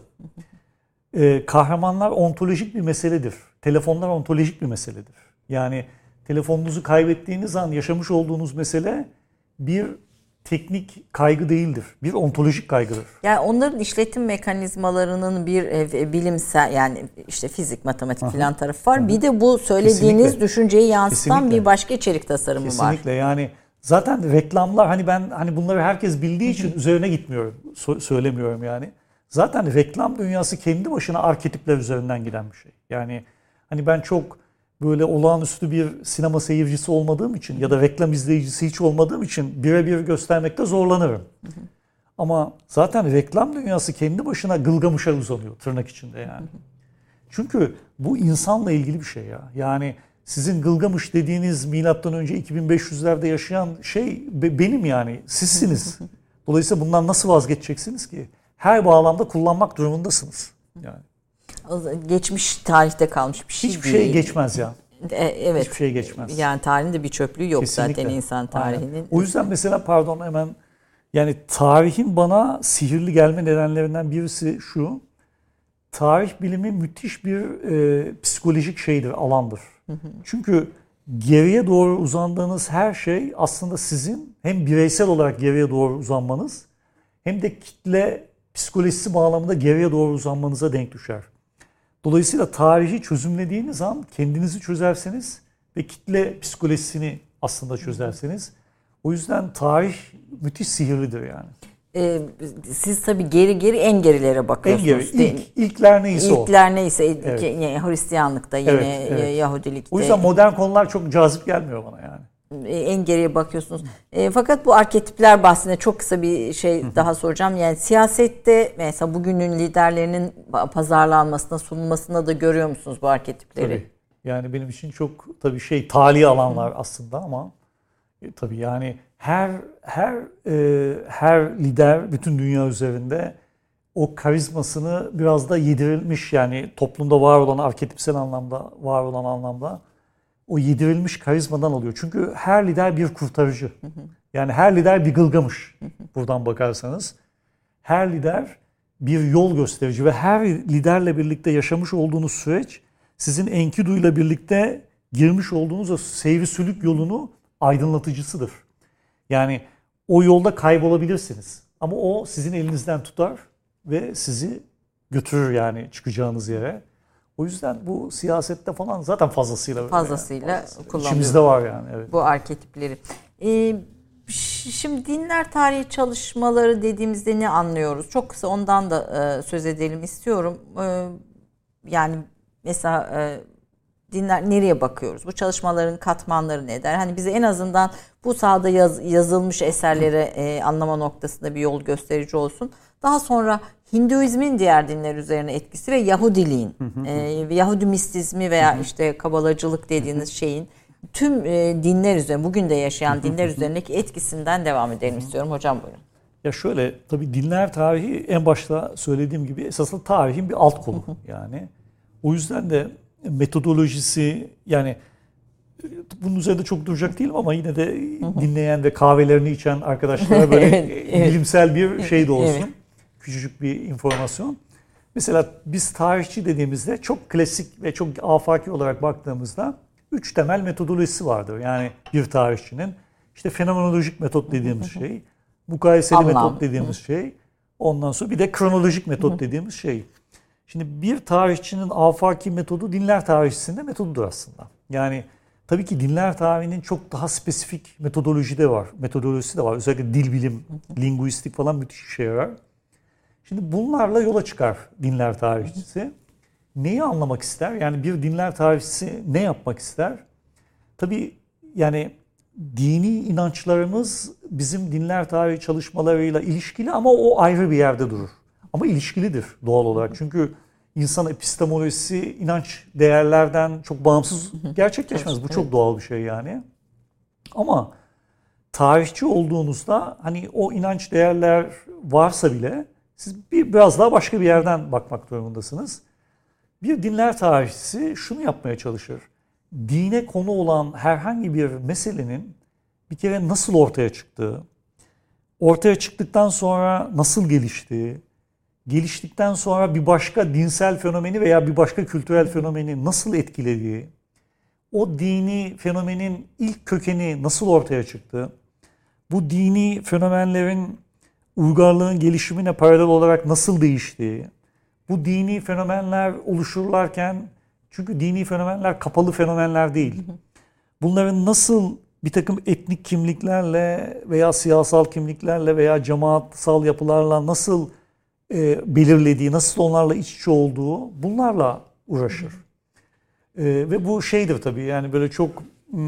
Kahramanlar ontolojik bir meseledir. Telefonlar ontolojik bir meseledir. Yani telefonunuzu kaybettiğiniz an yaşamış olduğunuz mesele bir teknik kaygı değildir. Bir ontolojik kaygıdır. Yani onların işletim mekanizmalarının bir bilimsel yani işte fizik, matematik filan tarafı var. Bir de bu söylediğiniz kesinlikle düşünceyi yansıtan bir başka içerik tasarımı kesinlikle var. Kesinlikle yani zaten reklamlar hani bunları herkes bildiği için üzerine gitmiyorum. Söylemiyorum yani. Zaten reklam dünyası kendi başına arketipler üzerinden giden bir şey. Yani hani ben çok böyle olağanüstü bir sinema seyircisi olmadığım için ya da reklam izleyicisi hiç olmadığım için birebir göstermekte zorlanırım. Ama zaten reklam dünyası kendi başına Gılgamış'a uzanıyor tırnak içinde yani. Çünkü bu insanla ilgili bir şey ya. Yani sizin Gılgamış dediğiniz milattan önce 2500'lerde yaşayan şey benim yani sizsiniz. Dolayısıyla bundan nasıl vazgeçeceksiniz ki? Her bağlamda kullanmak durumundasınız yani. Geçmiş tarihte kalmış bir şey hiçbir değil. Hiçbir şey geçmez ya. Evet. Hiçbir şey geçmez. Yani tarihin de bir çöplüğü yok kesinlikle zaten insan tarihinin. Aynen. O yüzden mesela hemen yani tarihin bana sihirli gelme nedenlerinden birisi şu. Tarih bilimi müthiş bir psikolojik şeydir, alandır. Çünkü geriye doğru uzandığınız her şey aslında sizin hem bireysel olarak geriye doğru uzanmanız hem de kitle psikolojisi bağlamında geriye doğru uzanmanıza denk düşer. Dolayısıyla tarihi çözümlediğiniz an kendinizi çözerseniz ve kitle psikolojisini aslında çözerseniz. O yüzden tarih müthiş sihirlidir yani. Siz tabii geri en gerilere bakıyorsunuz. En geri, ilkler neyse o. İlkler neyse evet. Hristiyanlıkta yine Yahudilikte. O yüzden modern konular çok cazip gelmiyor bana yani. En geriye bakıyorsunuz. Fakat bu arketipler bahsinde çok kısa bir şey daha soracağım. Yani siyasette mesela bugünün liderlerinin pazarlanmasına, sunulmasına da görüyor musunuz bu arketipleri? Tabii. Yani benim için çok tabii tali alanlar aslında ama tabii yani her lider bütün dünya üzerinde o karizmasını biraz da yedirilmiş yani toplumda var olan arketipsel anlamda var olan anlamda o yedirilmiş karizmadan alıyor. Çünkü her lider bir kurtarıcı. Yani her lider bir Gılgamış. Buradan bakarsanız. Her lider bir yol gösterici ve her liderle birlikte yaşamış olduğunuz süreç sizin Enkidu'yla birlikte girmiş olduğunuz o seyri sülük yolunu aydınlatıcısıdır. Yani o yolda kaybolabilirsiniz. Ama o sizin elinizden tutar ve sizi götürür yani çıkacağınız yere. O yüzden bu siyasette falan zaten fazlasıyla kullanılıyor. İçimizde var yani. Evet. Bu arketipleri. Şimdi dinler tarihi çalışmaları dediğimizde ne anlıyoruz? Çok kısa ondan da söz edelim istiyorum. Yani mesela dinler nereye bakıyoruz? Bu çalışmaların katmanları ne der? Hani bize en azından bu sahada yazılmış eserlere anlama noktasında bir yol gösterici olsun. Daha sonra Hinduizmin diğer dinler üzerine etkisi ve Yahudiliğin, Yahudi mistizmi veya işte kabalacılık dediğiniz şeyin tüm dinler üzerine, bugün de yaşayan dinler üzerindeki etkisinden devam edelim istiyorum. Hocam buyurun. Ya şöyle, tabii dinler tarihi en başta söylediğim gibi esasında tarihin bir alt kolu yani. O yüzden de metodolojisi, yani bunun üzerinde çok duracak değilim ama yine de dinleyen ve kahvelerini içen arkadaşlara böyle evet. Bilimsel bir şey de olsun. Evet. Küçücük bir informasyon. Mesela biz tarihçi dediğimizde çok klasik ve çok afaki olarak baktığımızda 3 temel metodolojisi vardır. Yani bir tarihçinin işte fenomenolojik metot dediğimiz şey, mukayeseli metot dediğimiz şey, ondan sonra bir de kronolojik metot dediğimiz şey. Şimdi bir tarihçinin afaki metodu dinler tarihçisinin metodudur aslında. Yani tabii ki dinler tarihinin çok daha spesifik metodolojisi de var. Özellikle dil bilim, linguistik falan müthiş işe yarar. Şimdi bunlarla yola çıkar dinler tarihçisi. Neyi anlamak ister? Yani bir dinler tarihçisi ne yapmak ister? Tabii yani dini inançlarımız bizim dinler tarihi çalışmalarıyla ilişkili ama o ayrı bir yerde durur. Ama ilişkilidir doğal olarak. Çünkü insan epistemolojisi inanç değerlerden çok bağımsız gerçekleşmez. Bu çok doğal bir şey yani. Ama tarihçi olduğunuzda hani o inanç değerler varsa bile siz biraz daha başka bir yerden bakmak durumundasınız. Bir dinler tarihçisi şunu yapmaya çalışır. Dine konu olan herhangi bir meselenin bir kere nasıl ortaya çıktığı, ortaya çıktıktan sonra nasıl geliştiği, geliştikten sonra bir başka dinsel fenomeni veya bir başka kültürel fenomeni nasıl etkilediği, o dini fenomenin ilk kökeni nasıl ortaya çıktı, bu dini fenomenlerin uygarlığın gelişimine paralel olarak nasıl değiştiği, bu dini fenomenler oluşurlarken, çünkü dini fenomenler kapalı fenomenler değil, bunların nasıl bir takım etnik kimliklerle veya siyasal kimliklerle veya cemaatsal yapılarla nasıl belirlediği, nasıl onlarla iç içe olduğu, bunlarla uğraşır. Ve bu şeydir tabii, yani böyle çok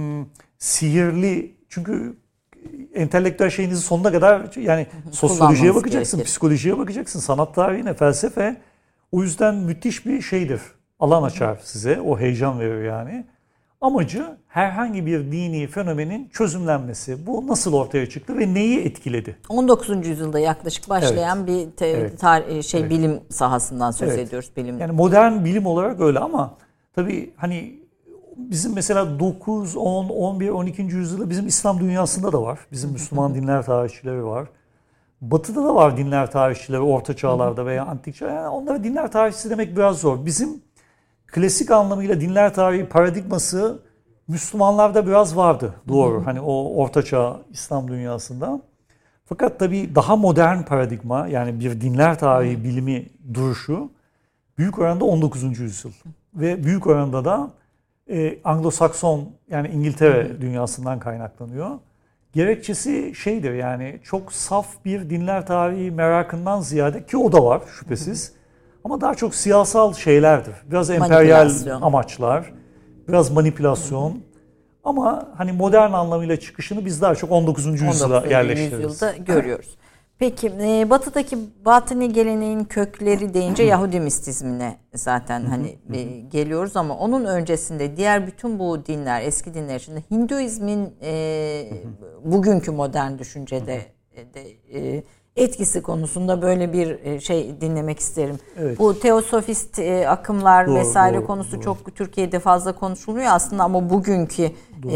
sihirli, çünkü entelektüel şeyinizi sonuna kadar, yani sosyolojiye bakacaksın, psikolojiye bakacaksın, sanat tarihine, felsefe. O yüzden müthiş bir şeydir. Alan açar size, o heyecan verir yani. Amacı herhangi bir dini fenomenin çözümlenmesi. Bu nasıl ortaya çıktı ve neyi etkiledi? 19. yüzyılda yaklaşık başlayan bir bilim sahasından söz ediyoruz. Bilim. Yani modern bilim olarak öyle ama tabii hani bizim mesela 9, 10, 11, 12. yüzyılda bizim İslam dünyasında da var. Bizim Müslüman dinler tarihçileri var. Batı'da da var dinler tarihçileri orta çağlarda veya antik çağ. Yani onlara dinler tarihçisi demek biraz zor. Bizim klasik anlamıyla dinler tarihi paradigması Müslümanlarda biraz vardı. Doğru. Hani o orta çağ İslam dünyasında. Fakat tabii daha modern paradigma, yani bir dinler tarihi bilimi duruşu büyük oranda 19. yüzyıl. Ve büyük oranda da Anglo-Sakson, yani İngiltere dünyasından kaynaklanıyor. Gerekçesi şeydir, yani çok saf bir dinler tarihi merakından ziyade, ki o da var şüphesiz. Ama daha çok siyasal şeylerdir. Biraz emperyal amaçlar, biraz manipülasyon. Ama hani modern anlamıyla çıkışını biz daha çok 19. yüzyıla yerleştiririz. Yüzyılda görüyoruz. Peki Batı'daki Batıni geleneğin kökleri deyince Yahudi mistizmine zaten hani geliyoruz ama onun öncesinde diğer bütün bu dinler, eski dinler içinde Hinduizmin bugünkü modern düşüncede etkisi konusunda böyle bir şey dinlemek isterim. Evet. Bu teosofist akımlar vesaire konusu çok Türkiye'de fazla konuşulmuyor aslında ama bugünkü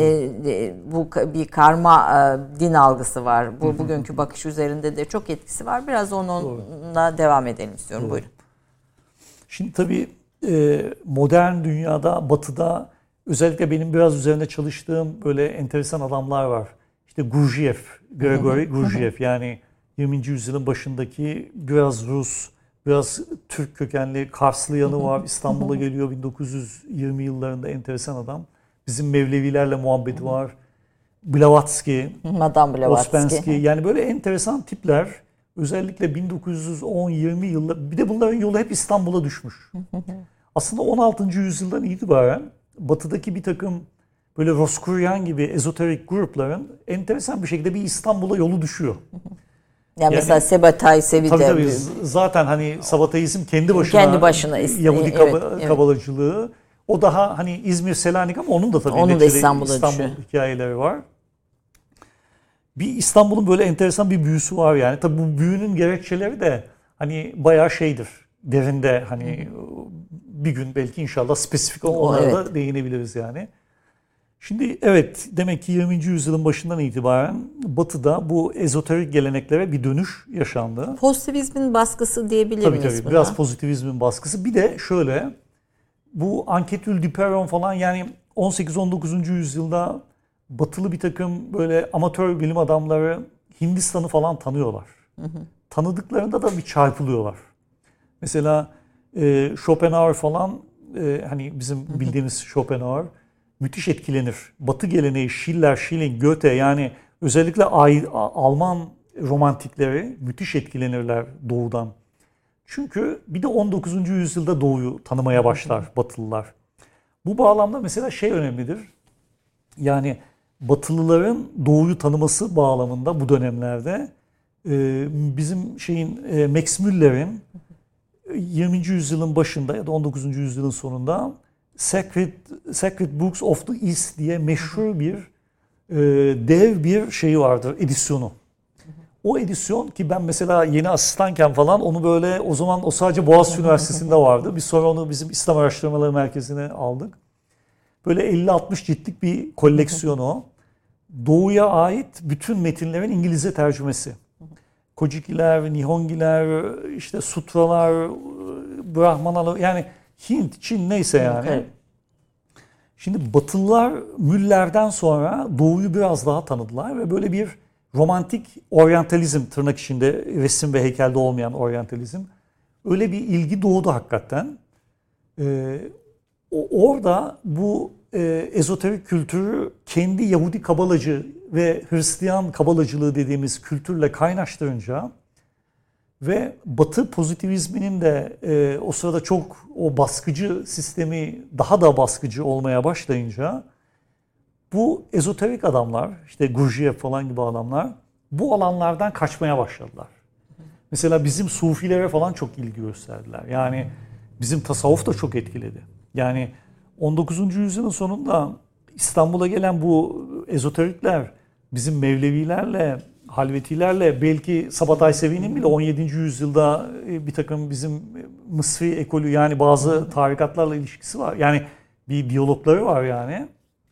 bu bir karma din algısı var. Bu bugünkü bakış üzerinde de çok etkisi var. Biraz onunla devam edelim istiyorum. Buyurun. Şimdi tabii modern dünyada, Batı'da özellikle benim biraz üzerinde çalıştığım böyle enteresan adamlar var. İşte Gurdjieff, Grigori Gurdjieff, yani 20. yüzyılın başındaki biraz Rus, biraz Türk kökenli Karslı yanı var. İstanbul'a geliyor 1920 yıllarında, enteresan adam. Bizim Mevlevilerle muhabbeti var. Blavatsky, Madame Blavatsky. Ouspensky, yani böyle enteresan tipler. Özellikle 1910-20 yılda, bir de bunların yolu hep İstanbul'a düşmüş. Aslında 16. yüzyıldan itibaren Batı'daki bir takım böyle Roskuryan gibi ezoterik grupların enteresan bir şekilde bir İstanbul'a yolu düşüyor. Yani mesela Sebatay Sevi tabii, de. tabii, zaten hani Sabataizm kendi başına Yahudi kabalacılığı. O daha hani İzmir, Selanik ama onun da tabii İstanbul hikayeleri var. Bir İstanbul'un böyle enteresan bir büyüsü var yani. Tabii bu büyünün gerekçeleri de hani bayağı şeydir. Derinde hani bir gün belki inşallah spesifik onlara da değinebiliriz yani. Şimdi evet, demek ki 20. yüzyılın başından itibaren Batı'da bu ezoterik geleneklere bir dönüş yaşandı. Pozitivizmin baskısı diyebilir miyiz buna? Tabii biraz pozitivizmin baskısı. Bir de şöyle, bu Anquetil Duperron falan, yani 18-19. yüzyılda Batılı bir takım böyle amatör bilim adamları Hindistan'ı falan tanıyorlar. Tanıdıklarında da bir çarpılıyorlar. Mesela Schopenhauer falan, hani bizim bildiğimiz Schopenhauer müthiş etkilenir. Batı geleneği, Schiller, Schelling, Goethe, yani özellikle Alman romantikleri müthiş etkilenirler Doğu'dan. Çünkü bir de 19. yüzyılda Doğu'yu tanımaya başlar Batılılar. Bu bağlamda mesela şey önemlidir. Yani Batılıların Doğu'yu tanıması bağlamında bu dönemlerde bizim Max Müller'in 20. yüzyılın başında ya da 19. yüzyılın sonunda Sacred Books of the East diye meşhur bir dev bir şeyi vardır, edisyonu. O edisyon, ki ben mesela yeni asistanken falan onu böyle, o zaman o sadece Boğaziçi Üniversitesi'nde vardı. Biz sonra onu bizim İslam Araştırmaları Merkezi'ne aldık. Böyle 50-60 ciltlik bir koleksiyon o. Doğu'ya ait bütün metinlerin İngilizce tercümesi. Kojikiler, Nihongiler, işte Sutralar, Brahmanalar, yani Hint, Çin neyse yani. Evet. Şimdi Batılılar Müller'den sonra Doğu'yu biraz daha tanıdılar ve böyle bir romantik oryantalizm, tırnak içinde resim ve heykelde olmayan oryantalizm, öyle bir ilgi doğdu hakikaten. Orada bu ezoterik kültürü kendi Yahudi kabalacı ve Hristiyan kabalacılığı dediğimiz kültürle kaynaştırınca ve Batı pozitivizminin de o sırada çok o baskıcı sistemi daha da baskıcı olmaya başlayınca bu ezoterik adamlar, işte Gurdjieff falan gibi adamlar bu alanlardan kaçmaya başladılar. Mesela bizim Sufilere falan çok ilgi gösterdiler. Yani bizim tasavvuf da çok etkiledi. Yani 19. yüzyılın sonunda İstanbul'a gelen bu ezoterikler bizim Mevlevilerle, Halvetilerle, belki Sabatay Sevi'nin bile 17. yüzyılda bir takım bizim Mısri ekolü, yani bazı tarikatlarla ilişkisi var. Yani bir diyalogları var yani.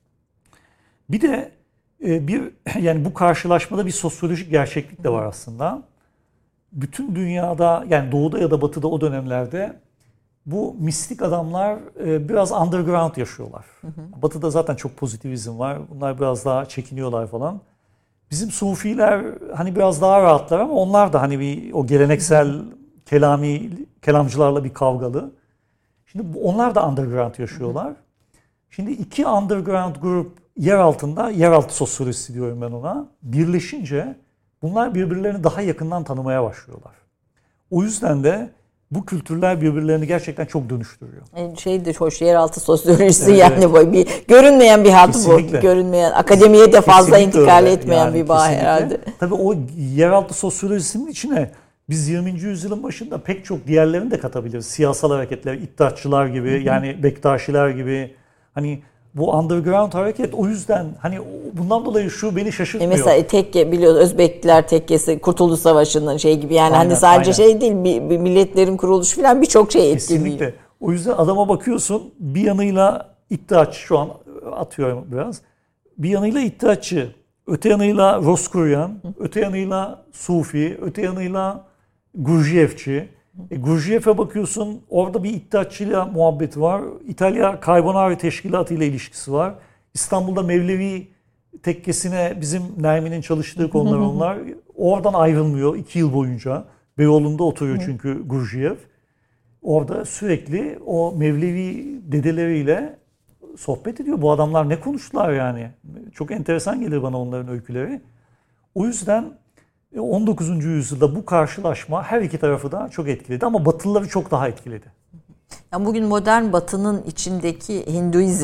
Bir de yani bu karşılaşmada bir sosyolojik gerçeklik de var aslında. Bütün dünyada, yani Doğu'da ya da Batı'da o dönemlerde bu mistik adamlar biraz underground yaşıyorlar. Batı'da zaten çok pozitivizm var. Bunlar biraz daha çekiniyorlar falan. Bizim Sufiler hani biraz daha rahatlar ama onlar da hani bir o geleneksel kelamcılarla bir kavgalı. Şimdi onlar da underground yaşıyorlar. Şimdi iki underground grup yer altında, yeraltı sosyolojisi diyorum ben ona, birleşince bunlar birbirlerini daha yakından tanımaya başlıyorlar. O yüzden de bu kültürler birbirlerini gerçekten çok dönüştürüyor. Şey de hoş, yeraltı sosyolojisi, evet, yani bu bir görünmeyen bir hat bu. Görünmeyen, akademiye de fazla kesinlikle intikal öyle. Etmeyen yani bir bağ kesinlikle. Herhalde. Tabii o yeraltı sosyolojisinin içine biz 20. yüzyılın başında pek çok diğerlerini de katabiliriz. Siyasal hareketler, İttihatçılar gibi, yani Bektaşiler gibi, hani bu underground hareket, o yüzden hani bundan dolayı şu beni şaşırtmıyor. Mesela tekke, biliyoruz, Özbekler tekkesi Kurtuluş Savaşı'nın şey gibi, yani aynen, hani sadece aynen. Şey değil, bir milletlerin kuruluşu falan birçok şey etkiliyor. Kesinlikle. O yüzden adama bakıyorsun, bir yanıyla İttihatçı, şu an atıyorum biraz, bir yanıyla İttihatçı, öte yanıyla Roskuryan, öte yanıyla Sufi, öte yanıyla Gurdjieffçi. Gurdjieff'e bakıyorsun, orada bir İttihatçıyla muhabbeti var. İtalya Carbonari Teşkilatı ile ilişkisi var. İstanbul'da Mevlevi tekkesine bizim Nermin'in çalıştığı konular onlar. Oradan ayrılmıyor 2 yıl boyunca. Beyoğlu'nda oturuyor çünkü Gurdjieff. Orada sürekli o Mevlevi dedeleriyle sohbet ediyor. Bu adamlar ne konuştular yani. Çok enteresan gelir bana onların öyküleri. O yüzden 19. yüzyılda bu karşılaşma her iki tarafı da çok etkiledi ama Batılıları çok daha etkiledi. Yani bugün modern Batı'nın içindeki Hinduizm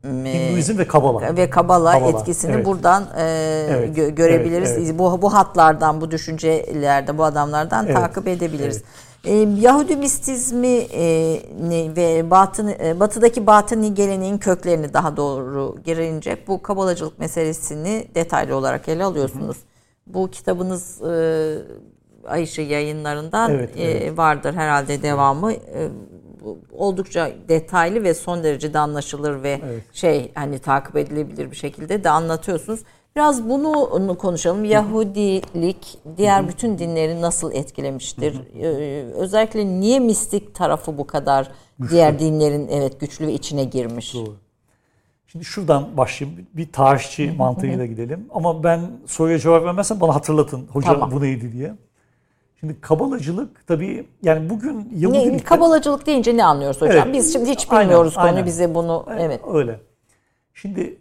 Hinduizm ve Kabala. Ve Kabala etkisini evet. buradan görebiliriz. Evet, evet. Bu hatlardan, bu düşüncelerde, bu adamlardan takip edebiliriz. Evet. Yahudi mistizmi ve batıdaki batıni geleneğin köklerini daha doğru girince bu kabalacılık meselesini detaylı olarak ele alıyorsunuz. Bu kitabınız Ay Işığı Yayınlarından vardır herhalde devamı. Oldukça detaylı ve son derece de anlaşılır ve hani takip edilebilir bir şekilde de anlatıyorsunuz. Biraz bunu konuşalım. Yahudilik diğer bütün dinleri nasıl etkilemiştir? Özellikle niye mistik tarafı bu kadar diğer dinlerin güçlü ve içine girmiş? Doğru. Şimdi şuradan başlayayım. Bir tarihçi mantığıyla gidelim. Ama ben soruya cevap vermezsem bana hatırlatın. Hocam bu neydi diye. Şimdi kabalacılık tabii yani bugün Yahudilikte... Kabalacılık deyince ne anlıyoruz hocam? Evet, biz şimdi hiç bilmiyoruz konu bize bunu. Evet. Öyle. Şimdi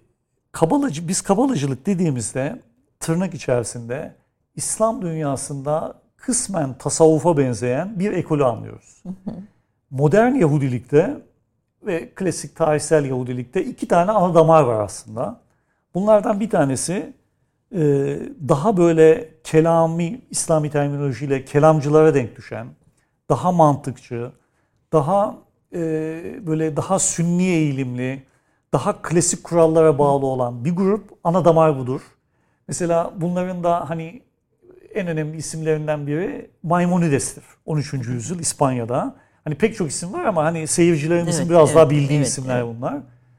biz kabalacılık dediğimizde tırnak içerisinde İslam dünyasında kısmen tasavvufa benzeyen bir ekolü anlıyoruz. Modern Yahudilikte ve klasik tarihsel Yahudilikte iki tane ana damar var aslında. Bunlardan bir tanesi daha böyle kelami, İslami terminolojiyle kelamcılara denk düşen, daha mantıkçı, daha böyle daha sünni eğilimli, daha klasik kurallara bağlı olan bir grup, ana damar budur. Mesela bunların da hani en önemli isimlerinden biri Maimonides'tir. 13. yüzyıl İspanya'da. Hani pek çok isim var ama hani seyircilerimizin biraz daha bildiği isimler bunlar.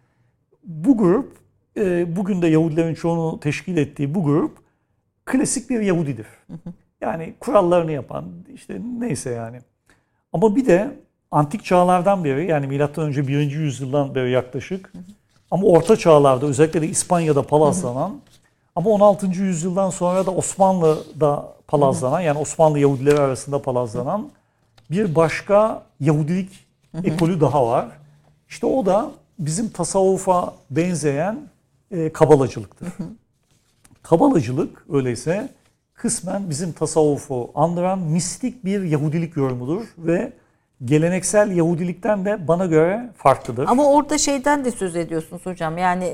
Bu grup, bugün de Yahudilerin çoğunu teşkil ettiği bu grup klasik bir Yahudidir. Yani kurallarını yapan, işte neyse yani. Ama bir de antik çağlardan beri, yani milattan önce 1. yüzyıldan beri yaklaşık, ama orta çağlarda özellikle de İspanya'da palazlanan, ama 16. yüzyıldan sonra da Osmanlı'da palazlanan, yani Osmanlı Yahudileri arasında palazlanan bir başka Yahudilik ekolü daha var. İşte o da bizim tasavvufa benzeyen kabalacılıktır. Kabalacılık öyleyse kısmen bizim tasavvufu andıran mistik bir Yahudilik yorumudur ve geleneksel Yahudilikten de bana göre farklıdır. Ama orada şeyden de söz ediyorsunuz hocam. Yani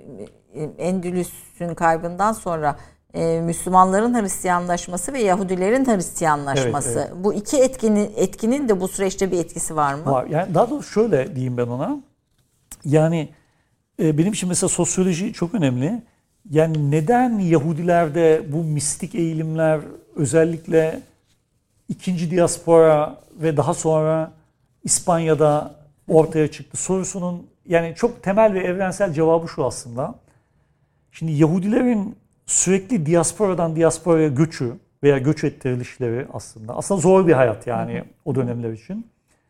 Endülüs'ün kaybından sonra Müslümanların Hristiyanlaşması ve Yahudilerin Hristiyanlaşması. Evet. Bu iki etkinin de bu süreçte bir etkisi var mı? Var. Yani daha doğrusu şöyle diyeyim ben ona. Yani benim için mesela sosyoloji çok önemli. Yani neden Yahudilerde bu mistik eğilimler özellikle ikinci diaspora ve daha sonra İspanya'da ortaya çıktı sorusunun yani çok temel ve evrensel cevabı şu aslında. Şimdi Yahudilerin sürekli diasporadan diasporaya göçü veya göç ettirilişleri aslında zor bir hayat yani o dönemler için.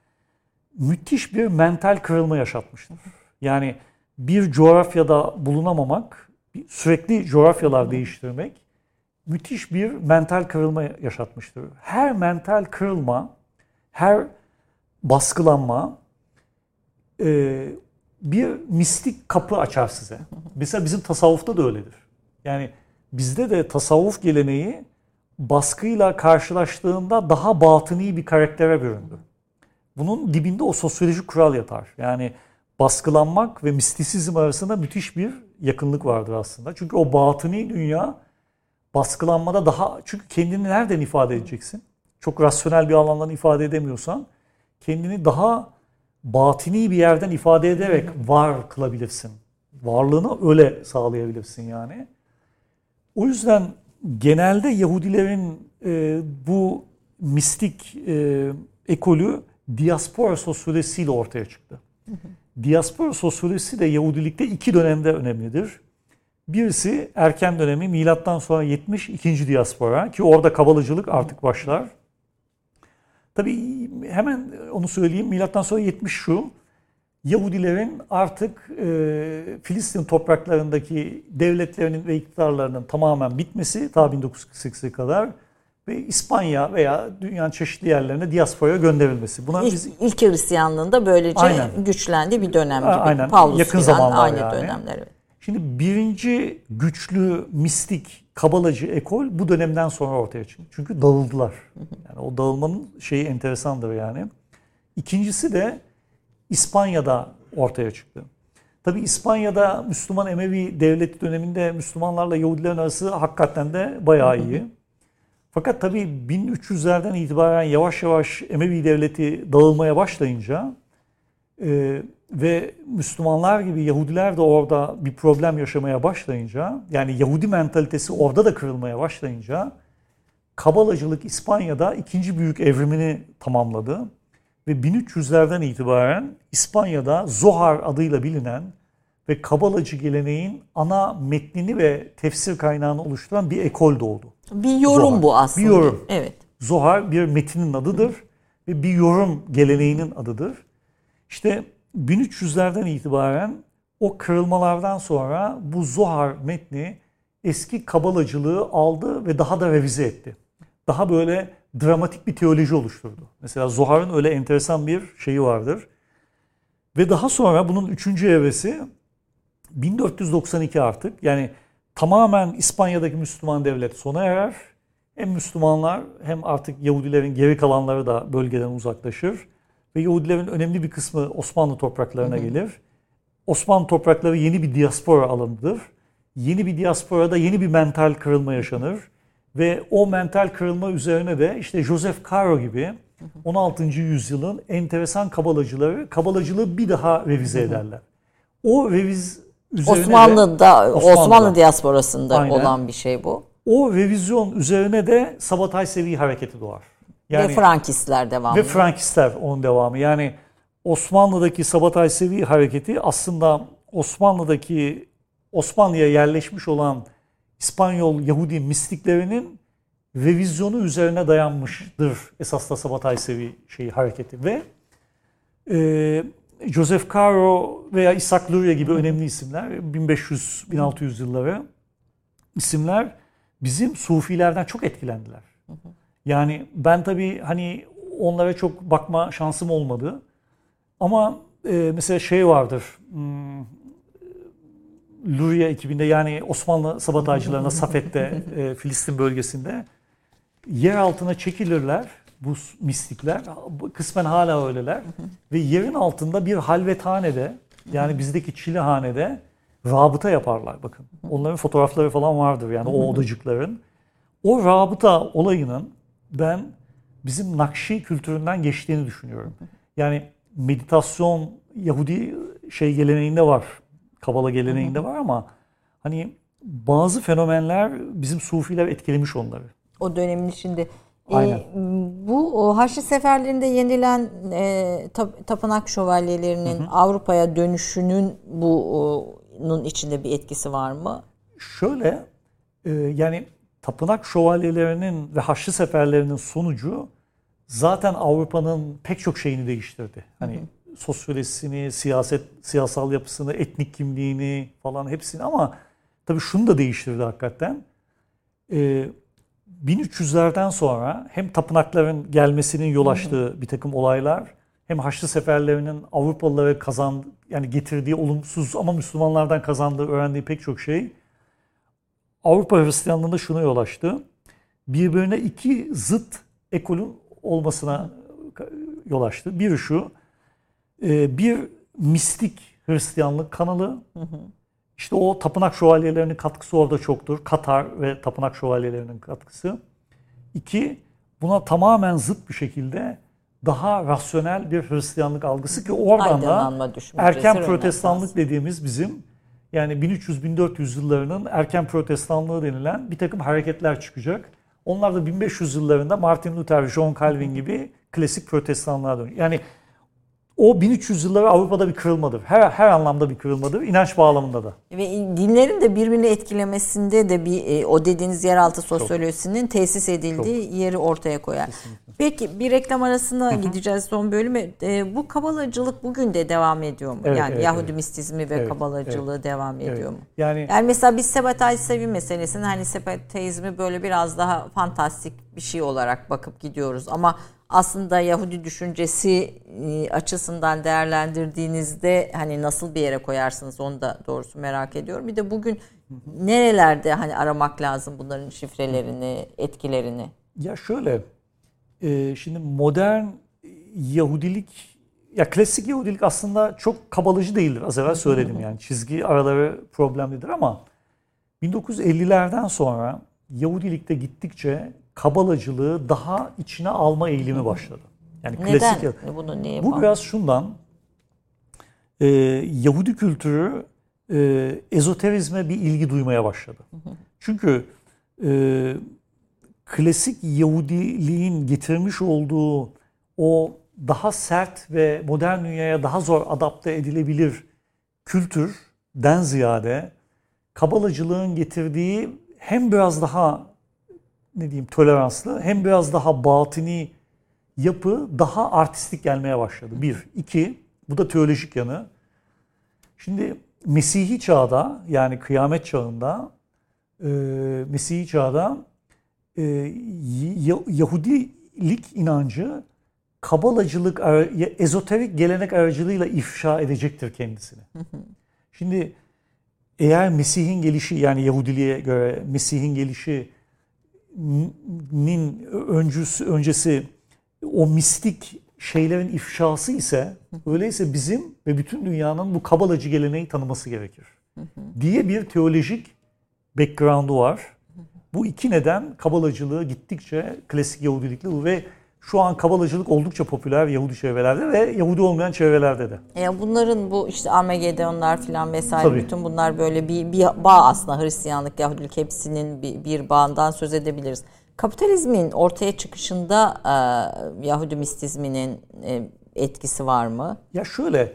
Müthiş bir mental kırılma yaşatmıştır. Yani bir coğrafyada bulunamamak, sürekli coğrafyalar değiştirmek müthiş bir mental kırılma yaşatmıştır. Her mental kırılma, her baskılanma bir mistik kapı açar size. Mesela bizim tasavvufta da öyledir. Yani bizde de tasavvuf geleneği baskıyla karşılaştığında daha batıni bir karaktere büründü. Bunun dibinde o sosyolojik kural yatar. Yani baskılanmak ve mistisizm arasında müthiş bir yakınlık vardır aslında. Çünkü o batıni dünya baskılanmada daha... Çünkü kendini nereden ifade edeceksin? Çok rasyonel bir alandan ifade edemiyorsan kendini daha batini bir yerden ifade ederek var kılabilirsin. Varlığını öyle sağlayabilirsin yani. O yüzden genelde Yahudilerin bu mistik ekolü diaspora sosyolojisiyle ortaya çıktı. Diaspora sosyolojisi de Yahudilikte iki dönemde önemlidir. Birisi erken dönemi milattan sonra 72. diaspora ki orada kabalacılık artık başlar. Tabii hemen onu söyleyeyim. Milattan sonra 70 şu. Yahudilerin artık Filistin topraklarındaki devletlerinin ve iktidarlarının tamamen bitmesi ta 1948'e kadar ve İspanya veya dünyanın çeşitli yerlerine diasporaya gönderilmesi. Buna İlk Hristiyanlığında böylece güçlendiği bir dönem gibi. Aynen. Paulus yakın zamanlar aynı yani. Dönemler. Evet. Şimdi birinci güçlü mistik kabalacı ekol bu dönemden sonra ortaya çıktı. Çünkü dağıldılar. Yani o dağılmanın şeyi enteresandır yani. İkincisi de İspanya'da ortaya çıktı. Tabii İspanya'da Müslüman Emevi devleti döneminde Müslümanlarla Yahudilerin arası hakikaten de bayağı iyi. Fakat tabii 1300'lerden itibaren yavaş yavaş Emevi devleti dağılmaya başlayınca ve Müslümanlar gibi Yahudiler de orada bir problem yaşamaya başlayınca, yani Yahudi mentalitesi orada da kırılmaya başlayınca Kabalacılık İspanya'da ikinci büyük evrimini tamamladı. Ve 1300'lerden itibaren İspanya'da Zohar adıyla bilinen ve Kabalacı geleneğin ana metnini ve tefsir kaynağını oluşturan bir ekol doğdu. Bir yorum Zohar. bu aslında. Bir yorum. Evet. Zohar bir metinin adıdır ve bir yorum geleneğinin adıdır. İşte 1300'lerden itibaren o kırılmalardan sonra bu Zohar metni eski Kabalacılığı aldı ve daha da revize etti. Daha böyle dramatik bir teoloji oluşturdu. Mesela Zohar'ın öyle enteresan bir şeyi vardır. Ve daha sonra bunun üçüncü evresi 1492 artık. Yani tamamen İspanya'daki Müslüman devlet sona erer. Hem Müslümanlar hem artık Yahudilerin geri kalanları da bölgeden uzaklaşır. Ve Yahudilerin önemli bir kısmı Osmanlı topraklarına gelir. Osmanlı toprakları yeni bir diaspora alanıdır. Yeni bir diasporada yeni bir mental kırılma yaşanır. Ve o mental kırılma üzerine de işte Joseph Caro gibi 16. yüzyılın enteresan kabalacıları kabalacılığı bir daha revize ederler. O reviz üzerine Osmanlı diasporasında aynen, olan bir şey bu. O revizyon üzerine de Sabbatai Sevi hareketi doğar. Yani, ve Frankistler devamı. Ve Frankistler onun devamı. Yani Osmanlı'daki Sabbatai Sevi hareketi aslında Osmanlı'ya yerleşmiş olan İspanyol Yahudi mistiklerinin revizyonu üzerine dayanmıştır esasında Sabbatai Sevi hareketi. Ve Joseph Caro veya Isaac Luria gibi önemli isimler, 1500-1600 yılları isimler bizim Sufilerden çok etkilendiler. Yani ben tabii hani onlara çok bakma şansım olmadı. Ama mesela şey vardır, Luria ekibinde, yani Osmanlı Sabataycılarına Safet'te, Filistin bölgesinde yer altına çekilirler bu mistikler. Kısmen hala öyleler. Ve yerin altında bir halvethanede, yani bizdeki çilehanede rabıta yaparlar bakın. Onların fotoğrafları falan vardır yani o odacıkların. O rabıta olayının ben bizim Nakşi kültüründen geçtiğini düşünüyorum. Yani meditasyon Yahudi geleneğinde var. Kabala geleneğinde var ama hani bazı fenomenler bizim Sufiler etkilemiş onları. O dönemin içinde. Aynen. Bu Haçlı seferlerinde yenilen tapınak şövalyelerinin Avrupa'ya dönüşünün bunun içinde bir etkisi var mı? Şöyle yani tapınak şövalyelerinin ve Haçlı seferlerinin sonucu zaten Avrupa'nın pek çok şeyini değiştirdi. Hani sosyolojisini, siyasal yapısını, etnik kimliğini falan hepsini, ama tabii şunu da değiştirdi hakikaten. 1300'lerden sonra hem tapınakların gelmesinin yol açtığı bir takım olaylar, hem Haçlı seferlerinin Avrupalılara yani getirdiği olumsuz ama Müslümanlardan kazandığı, öğrendiği pek çok şey Avrupa Hristiyanlığında şuna yol açtı. Birbirine iki zıt ekolün olmasına yol açtı. Biri şu, bir mistik Hristiyanlık kanalı. İşte o tapınak şövalyelerinin katkısı orada çoktur. Katar ve tapınak şövalyelerinin katkısı. İki, buna tamamen zıt bir şekilde daha rasyonel bir Hristiyanlık algısı ki oradan da erken protestanlık dediğimiz bizim yani 1300-1400 yıllarının erken protestanlığı denilen bir takım hareketler çıkacak. Onlar da 1500 yıllarında Martin Luther, John Calvin gibi klasik protestanlığa dönüyor. Yani o 1300 yılları Avrupa'da bir kırılmadır. Her anlamda bir kırılmadır. İnanç bağlamında da. Ve dinlerin de birbirini etkilemesinde de bir o dediğiniz yeraltı sosyolojisinin tesis edildiği yeri ortaya koyar. Kesinlikle. Peki bir reklam arasına gideceğiz son bölüme. Bu kabalacılık bugün de devam ediyor mu? Evet, yani Yahudi mistizmi ve kabalacılığı devam ediyor mu? Yani mesela biz Sabbatai Sevi meselesini, hani Sabbateizmi böyle biraz daha fantastik bir şey olarak bakıp gidiyoruz ama aslında Yahudi düşüncesi açısından değerlendirdiğinizde hani nasıl bir yere koyarsınız, onu da doğrusu merak ediyorum. Bir de bugün nerelerde hani aramak lazım bunların şifrelerini, etkilerini? Ya şöyle, şimdi modern Yahudilik ya klasik Yahudilik aslında çok kabalacı değildir. Az evvel söyledim yani çizgi araları problemlidir ama 1950'lerden sonra Yahudilikte gittikçe kabalacılığı daha içine alma eğilimi başladı. Yani klasik. Neden? Bunu niye bu biraz şundan. Yahudi kültürü ezoterizme bir ilgi duymaya başladı. Çünkü klasik Yahudiliğin getirmiş olduğu o daha sert ve modern dünyaya daha zor adapte edilebilir kültürden ziyade kabalacılığın getirdiği hem biraz daha toleranslı hem biraz daha batini yapı daha artistik gelmeye başladı. Bir. İki, bu da teolojik yanı. Şimdi Mesihî çağda yani kıyamet çağında Mesihî çağda Yahudilik inancı kabalacılık, ezoterik gelenek aracılığıyla ifşa edecektir kendisini. Şimdi eğer Mesih'in gelişi yani Yahudiliğe göre Mesih'in gelişinin öncesi o mistik şeylerin ifşası ise öyleyse bizim ve bütün dünyanın bu kabalacı geleneği tanıması gerekir diye bir teolojik background'u var. Bu iki neden kabalacılığı gittikçe klasik Yahudilikle ve şu an kabalacılık oldukça popüler Yahudi çevrelerde ve Yahudi olmayan çevrelerde de. Bunların bu işte Armagedonlar falan vesaire Tabii. bütün bunlar böyle bir bağ aslında Hristiyanlık, Yahudilik hepsinin bir bağından söz edebiliriz. Kapitalizmin ortaya çıkışında Yahudi mistizminin etkisi var mı? Ya şöyle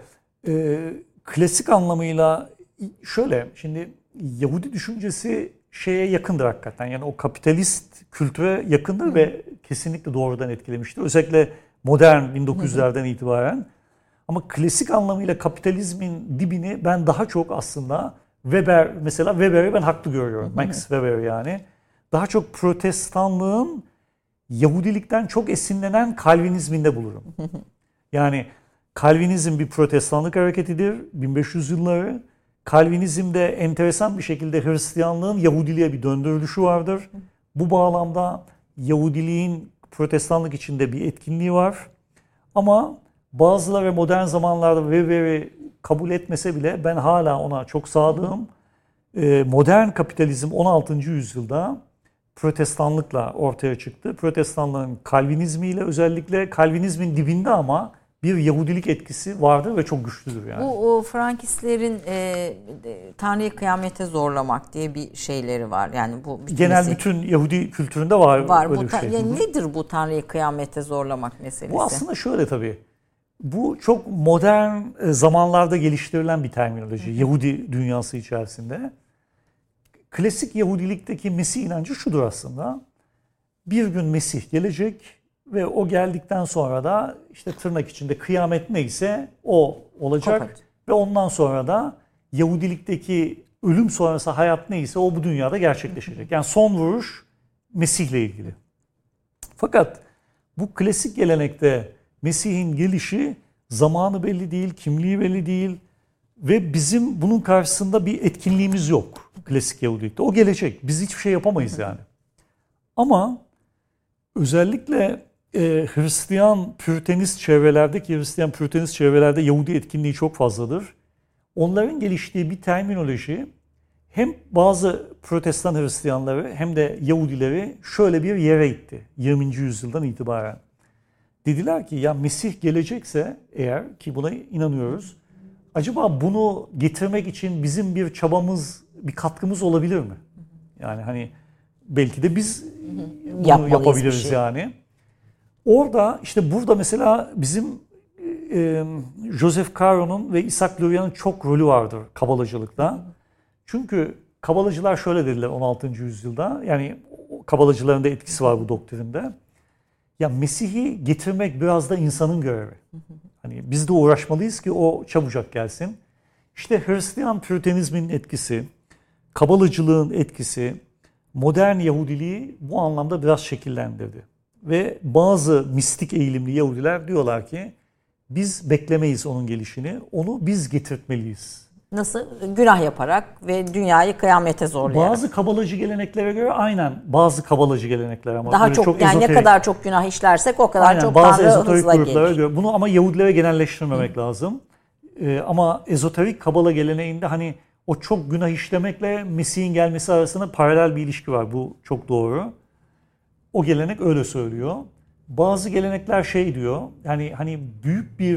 klasik anlamıyla şöyle şimdi Yahudi düşüncesi şeye yakındır hakikaten. Yani o kapitalist kültüre yakındır ve kesinlikle doğrudan etkilemiştir. Özellikle modern 1900'lerden itibaren. Ama klasik anlamıyla kapitalizmin dibini ben daha çok aslında mesela Weber'i ben haklı görüyorum. Max Weber yani. Daha çok protestanlığın Yahudilikten çok esinlenen Kalvinizminde bulurum. Yani Kalvinizm bir protestanlık hareketidir 1500 yılları. Kalvinizmde enteresan bir şekilde Hristiyanlığın Yahudiliğe bir döndürülüşü vardır. Bu bağlamda Yahudiliğin protestanlık içinde bir etkinliği var. Ama bazıları modern zamanlarda Weber'i kabul etmese bile ben hala ona çok sadığım. Modern kapitalizm 16. yüzyılda protestanlıkla ortaya çıktı. Protestanlığın Kalvinizmiyle özellikle Kalvinizmin dibinde ama bir Yahudilik etkisi vardır ve çok güçlüdür yani. Bu Frankistlerin Tanrı'yı kıyamete zorlamak diye bir şeyleri var. Yani bu genel bütün Yahudi kültüründe var böyle bir şey. Yani nedir bu Tanrı'yı kıyamete zorlamak meselesi? Bu aslında şöyle tabii. Bu çok modern zamanlarda geliştirilen bir terminoloji Yahudi dünyası içerisinde. Klasik Yahudilikteki Mesih inancı şudur aslında. Bir gün Mesih gelecek ve o geldikten sonra da işte tırnak içinde kıyamet neyse o olacak. Kapat. Ve ondan sonra da Yahudilikteki ölüm sonrası hayat neyse o bu dünyada gerçekleşecek. Yani son vuruş Mesih'le ilgili. Fakat bu klasik gelenekte Mesih'in gelişi zamanı belli değil, kimliği belli değil ve bizim bunun karşısında bir etkinliğimiz yok klasik Yahudilikte. O gelecek. Biz hiçbir şey yapamayız yani. Ama özellikle Hristiyan Püritenist çevrelerde Yahudi etkinliği çok fazladır. Onların geliştiği bir terminoloji hem bazı Protestan Hristiyanları hem de Yahudileri şöyle bir yere itti 20. yüzyıldan itibaren. Dediler ki ya Mesih gelecekse eğer ki buna inanıyoruz. Acaba bunu getirmek için bizim bir çabamız, bir katkımız olabilir mi? Yani hani belki de biz bunu yapabiliriz yani. Orada işte burada mesela bizim Joseph Caro'nun ve Isaac Luria'nın çok rolü vardır kabalacılıkta. Çünkü kabalacılar şöyle dediler 16. yüzyılda. Yani kabalacıların da etkisi var bu doktrinde. Ya Mesih'i getirmek biraz da insanın görevi. Hani biz de uğraşmalıyız ki o çabucak gelsin. İşte Hristiyan Püritenizmin etkisi, kabalacılığın etkisi, modern Yahudiliği bu anlamda biraz şekillendirdi. Ve bazı mistik eğilimli Yahudiler diyorlar ki biz beklemeyiz onun gelişini, onu biz getirtmeliyiz. Nasıl? Günah yaparak ve dünyayı kıyamete zorlayarak. Bazı kabalacı geleneklere göre aynen. Bazı kabalacı gelenekler ama. Daha çok yani ezoterik, ne kadar çok günah işlersek o kadar çok Tanrı hızla gelir. Göre. Bunu ama Yahudilere genelleştirmemek lazım. Ama ezoterik kabala geleneğinde hani o çok günah işlemekle Mesih'in gelmesi arasında paralel bir ilişki var. Bu çok doğru. O gelenek öyle söylüyor. Bazı gelenekler şey diyor. Yani hani büyük bir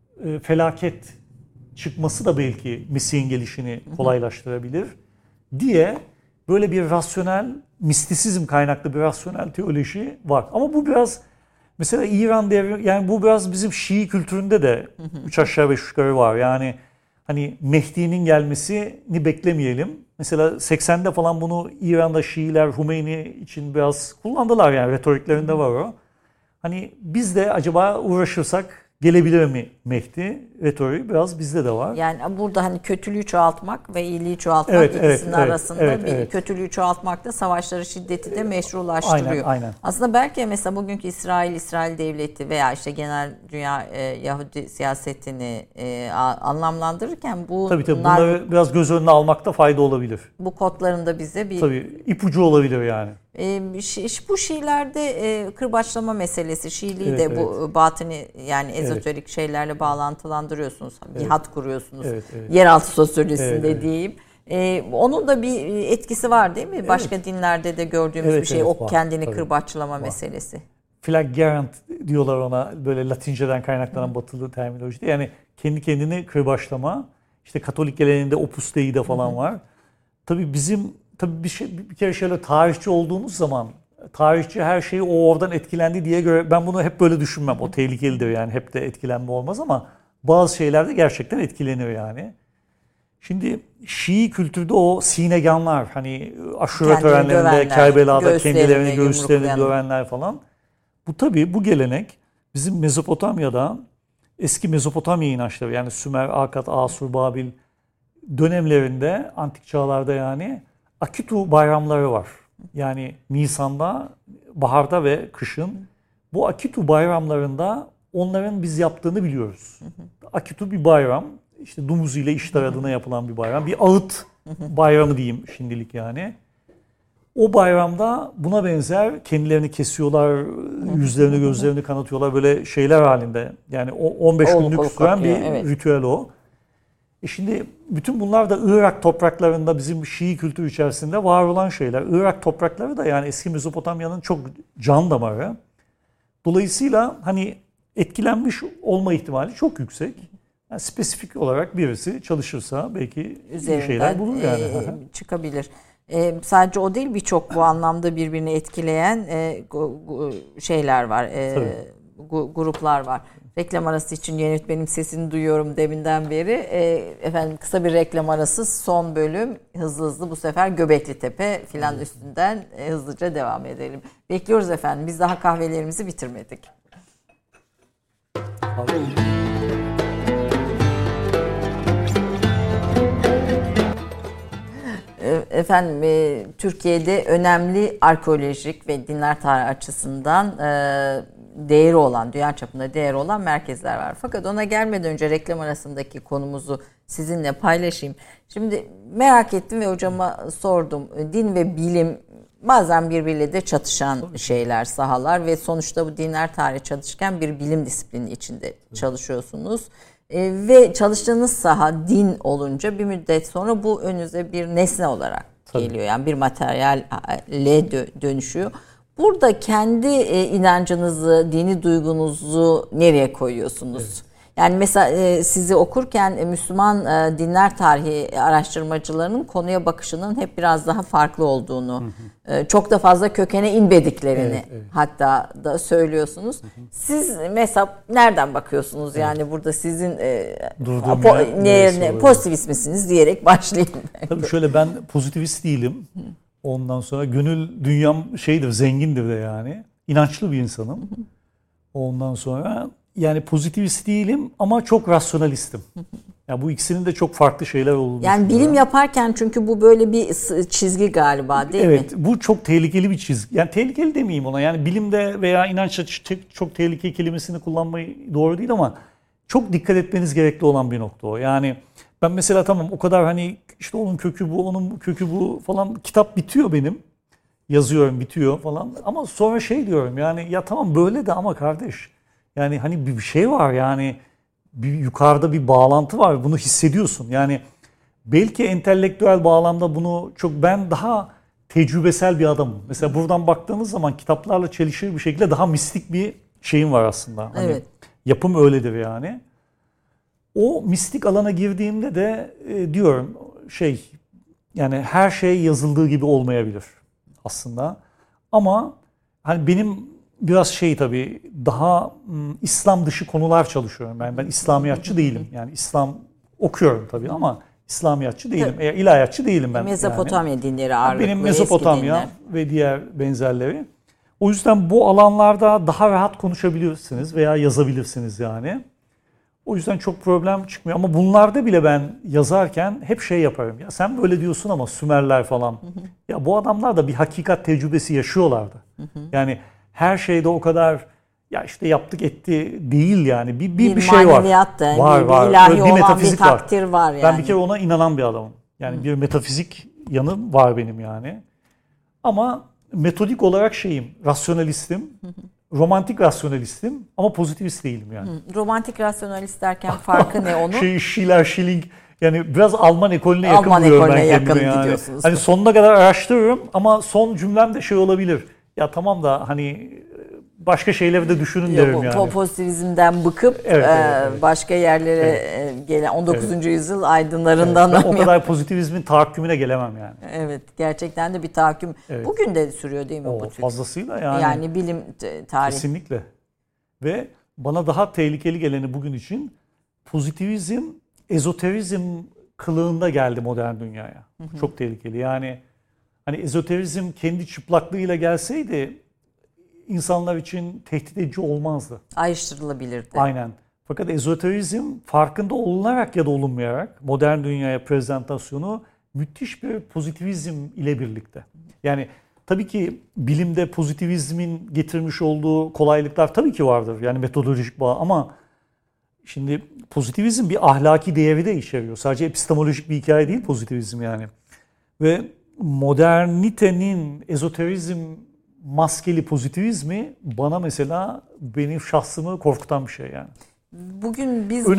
felaket çıkması da belki Mesih'in gelişini kolaylaştırabilir diye böyle bir rasyonel, mistisizm kaynaklı bir rasyonel teoloji var. Ama bu biraz mesela İran devri, yani bu biraz bizim Şii kültüründe de 3 aşağı 5 yukarı var. Yani hani Mehdi'nin gelmesini beklemeyelim. Mesela 80'de falan bunu İran'da Şiiler Hümeyni için biraz kullandılar, yani retoriklerinde var o. Hani biz de acaba uğraşırsak gelebilir mi Mehdi? Retoriği biraz bizde de var. Yani burada hani kötülüğü çoğaltmak ve iyiliği çoğaltmak ikisinin arasında kötülüğü çoğaltmak da savaşları, şiddeti de meşrulaştırıyor. Aynen. Aslında belki mesela bugünkü İsrail devleti veya işte genel dünya Yahudi siyasetini anlamlandırırken tabii bunları biraz göz önüne almakta fayda olabilir. Bu kodlarında bize bir ipucu olabilir yani. Bu Şiilerde kırbaçlama meselesi, Şiiliği de bu batini yani ezoterik şeylerle bağlantılandırıyorsunuz. Bir hat kuruyorsunuz. Yeraltı sosyolojisinde diyeyim. Onun da bir etkisi var değil mi? Başka dinlerde de gördüğümüz bir şey. O kendini kırbaçlama meselesi. Flagrant diyorlar ona, böyle Latinceden kaynaklanan batılı terminolojide. Yani kendi kendini kırbaçlama. İşte Katolik geleneğinde Opus Dei'de falan var. Tabii bir kere şöyle tarihçi olduğumuz zaman tarihçi her şeyi o oradan etkilendi diye göre ben bunu hep böyle düşünmem. O tehlikelidir yani, hep de etkilenme olmaz ama bazı şeylerde gerçekten etkileniyor yani. Şimdi Şii kültürde o sineganlar, hani aşure törenlerinde, Kerbela'da kendilerini göğüslerini dövenler falan. Bu tabii bu gelenek bizim Mezopotamya'da eski Mezopotamya inançları, yani Sümer, Akkad, Asur, Babil dönemlerinde, antik çağlarda yani Akitu bayramları var. Yani Nisan'da, baharda ve kışın. Bu Akitu bayramlarında onların biz yaptığını biliyoruz. Akitu bir bayram. İşte Dumuz ile İştar adına yapılan bir bayram. Bir ağıt bayramı diyeyim şimdilik yani. O bayramda buna benzer kendilerini kesiyorlar, yüzlerini gözlerini kanatıyorlar böyle şeyler halinde. Yani o 15 günlük süren bir ritüel o. Şimdi bütün bunlar da Irak topraklarında bizim Şii kültürü içerisinde var olan şeyler. Irak toprakları da yani eski Mezopotamya'nın çok can damarı. Dolayısıyla hani etkilenmiş olma ihtimali çok yüksek. Yani spesifik olarak birisi çalışırsa belki iyi şeyler bulur yani. Çıkabilir. Sadece o değil, birçok bu anlamda birbirini etkileyen şeyler var, gruplar var. Reklam arası için yönetmenim sesini duyuyorum deminden beri. Efendim kısa bir reklam arası, son bölüm hızlı bu sefer Göbekli Tepe filan üstünden hızlıca devam edelim. Bekliyoruz efendim, biz daha kahvelerimizi bitirmedik. Efendim Türkiye'de önemli arkeolojik ve dinler tarihi açısından değeri olan, dünya çapında değeri olan merkezler var. Fakat ona gelmeden önce reklam arasındaki konumuzu sizinle paylaşayım. Şimdi merak ettim ve hocama sordum. Din ve bilim bazen birbiriyle de çatışan şeyler, sahalar ve sonuçta bu dinler tarihi çalışırken bir bilim disiplini içinde çalışıyorsunuz. Ve çalıştığınız saha din olunca bir müddet sonra bu önünüze bir nesne olarak geliyor. Yani bir materyalle dönüşüyor. Burada kendi inancınızı, dini duygunuzu nereye koyuyorsunuz? Evet. Yani mesela sizi okurken Müslüman dinler tarihi araştırmacılarının konuya bakışının hep biraz daha farklı olduğunu, çok da fazla kökene inmediklerini hatta da söylüyorsunuz. Siz mesela nereden bakıyorsunuz? Yani burada sizin pozitivist misiniz diyerek başlayayım. Tabii şöyle, ben pozitivist değilim. Ondan sonra gönül dünyam zengindir de yani. İnançlı bir insanım. Ondan sonra yani pozitivist değilim ama çok rasyonalistim. Ya bu ikisinin de çok farklı şeyler olduğunu yani bilim yaparken, çünkü bu böyle bir çizgi galiba değil mi? Evet, bu çok tehlikeli bir çizgi. Yani tehlikeli demeyeyim ona. Yani bilimde veya inançta çok tehlike kelimesini kullanmayı doğru değil ama çok dikkat etmeniz gerekli olan bir nokta o. Yani Ben mesela tamam o kadar hani işte onun kökü bu, onun kökü bu falan, kitap bitiyor benim. Yazıyorum, bitiyor falan. Ama sonra şey diyorum yani, ya tamam böyle de ama kardeş. Yani hani bir şey var yani, bir yukarıda bir bağlantı var. Bunu hissediyorsun. Yani belki entelektüel bağlamda bunu çok, ben daha tecrübesel bir adamım. Mesela buradan baktığınız zaman kitaplarla çelişir bir şekilde daha mistik bir şeyim var aslında. Hani Evet. yapım öyledir yani. O mistik alana girdiğimde de diyorum şey, yani her şey yazıldığı gibi olmayabilir aslında. Ama hani benim biraz şey tabii, daha İslam dışı konular çalışıyorum. Ben İslamiyatçı değilim. Yani İslam okuyorum tabii ama İslamiyatçı değilim. İlahiyatçı değilim ben. Mezopotamya yani. dinleri ağırlıklı, Benim Mezopotamya eski dinler. ve diğer benzerleri. O yüzden bu alanlarda daha rahat konuşabilirsiniz veya yazabilirsiniz yani. O yüzden çok problem çıkmıyor. Ama bunlarda bile ben yazarken hep şey yaparım. Ya sen böyle diyorsun ama Sümerler falan. Ya bu adamlar da bir hakikat tecrübesi yaşıyorlardı. Yani her şeyde o kadar ya işte yaptık etti değil yani. Bir şey var. Maneviyat da, Var. bir ilahi Bir olan metafizik bir takdir var yani. Ben bir kere ona inanan bir adamım. Yani bir metafizik yanım var benim yani. Ama metodik olarak şeyim, rasyonalistim. Romantik rasyonalistim ama pozitivist değilim yani. Romantik rasyonalist derken farkı ne onun? Schiller, Schilling, yani biraz Alman ekolüne yakın Alman buluyorum ekolüne ben yakın kendime yani. gidiyorsunuz. Hani sonuna kadar araştırırım ama son cümlem de şey olabilir. Ya tamam da hani başka şeyleri de düşünün derim yani. Pozitivizmden bıkıp Evet. başka yerlere gelen 19. yüzyıl aydınlarından. Ben o kadar pozitivizmin tahakkümüne gelemem yani. Evet, gerçekten de bir tahakküm. Evet. Bugün de sürüyor değil mi bu tür? Fazlasıyla yani. Yani bilim tarihi. Kesinlikle. Ve bana daha tehlikeli geleni bugün için pozitivizm, ezoterizm kılığında geldi modern dünyaya. Çok tehlikeli. Yani hani ezoterizm kendi çıplaklığıyla gelseydi insanlar için tehdit edici olmazdı. Ayrıştırılabilirdi. Aynen. Fakat ezoterizm farkında olunarak ya da olunmayarak modern dünyaya prezentasyonu müthiş bir pozitivizm ile birlikte. Yani tabii ki bilimde pozitivizmin getirmiş olduğu kolaylıklar tabii ki vardır. Yani metodolojik bağ, ama şimdi pozitivizm bir ahlaki değeri de içeriyor. Sadece epistemolojik bir hikaye değil pozitivizm yani. Ve modernitenin ezoterizm maskeli pozitivizmi bana mesela benim şahsımı korkutan bir şey yani. Bugün biz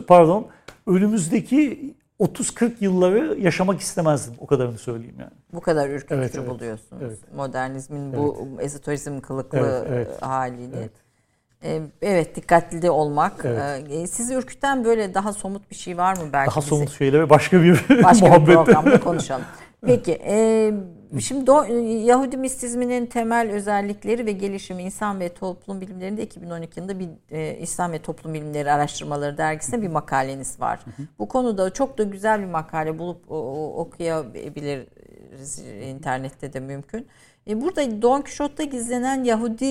önümüzdeki 30-40 yılları yaşamak istemezdim, o kadarını söyleyeyim yani. bu kadar ürkütücü Evet, buluyorsunuz. evet. Modernizmin bu ezoterizm kılıklı halini. Evet. Dikkatli de olmak. Evet. Sizi ürküten böyle daha somut bir şey var mı belki? Daha somut şeyleri başka bir başka bir muhabbette. programda konuşalım. Peki, şimdi Yahudi mistizminin temel özellikleri ve gelişimi İnsan ve Toplum Bilimleri'nde 2012 yılında bir İnsan ve Toplum Bilimleri Araştırmaları dergisinde bir makaleniz var. Bu konuda çok da güzel bir makale bulup okuyabiliriz, internette de mümkün. Burada Don Quixote'da gizlenen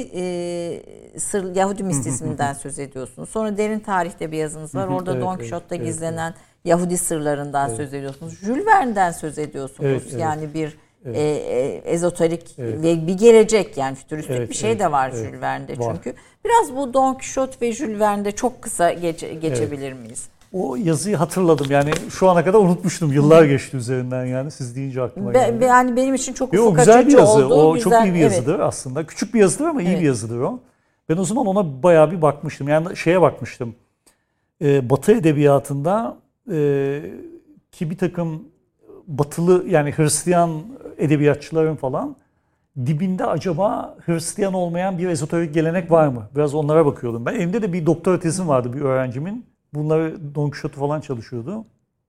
Yahudi mistizminden söz ediyorsunuz. Sonra Derin Tarih'te bir yazınız var. Orada Don Quixote'da gizlenen Yahudi sırlarından söz ediyorsunuz. Jules Verne'den söz ediyorsunuz. Yani bir ezoterik ve bir gelecek, yani fütüristik bir şey de var Jules Verne'de çünkü. Biraz bu Don Quixote ve Jules Verne'de çok kısa geçebilir miyiz? O yazıyı hatırladım. Yani şu ana kadar unutmuştum. Yıllar geçti üzerinden yani. Siz deyince aklıma geldi. Yani benim için çok ufuk güzel bir açıcı yazı. oldu. O çok iyi bir yazıdır aslında. Küçük bir yazıdır ama iyi bir yazıdır o. Ben o zaman ona bayağı bir bakmıştım. Yani şeye bakmıştım. Batı edebiyatında ki bir takım batılı, yani Hristiyan edebiyatçıların falan dibinde acaba Hristiyan olmayan bir ezoterik gelenek var mı? Biraz onlara bakıyordum. Ben elimde de bir doktora tezim vardı bir öğrencimin. Bunları Don Quixote falan çalışıyordu.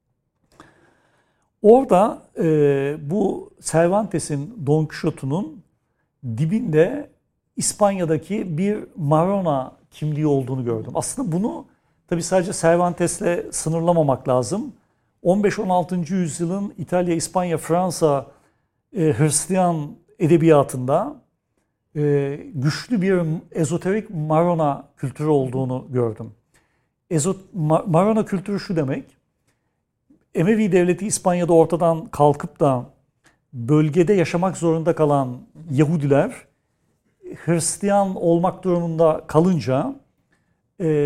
Orada bu Cervantes'in Don Quixote'unun dibinde İspanya'daki bir Marona kimliği olduğunu gördüm. Aslında bunu tabii sadece Cervantes'le sınırlamamak lazım. 15-16. yüzyılın İtalya, İspanya, Fransa Hristiyan edebiyatında güçlü bir ezoterik Marona kültürü olduğunu gördüm. Marona kültürü şu demek: Emevi Devleti İspanya'da ortadan kalkıp da bölgede yaşamak zorunda kalan Yahudiler Hristiyan olmak durumunda kalınca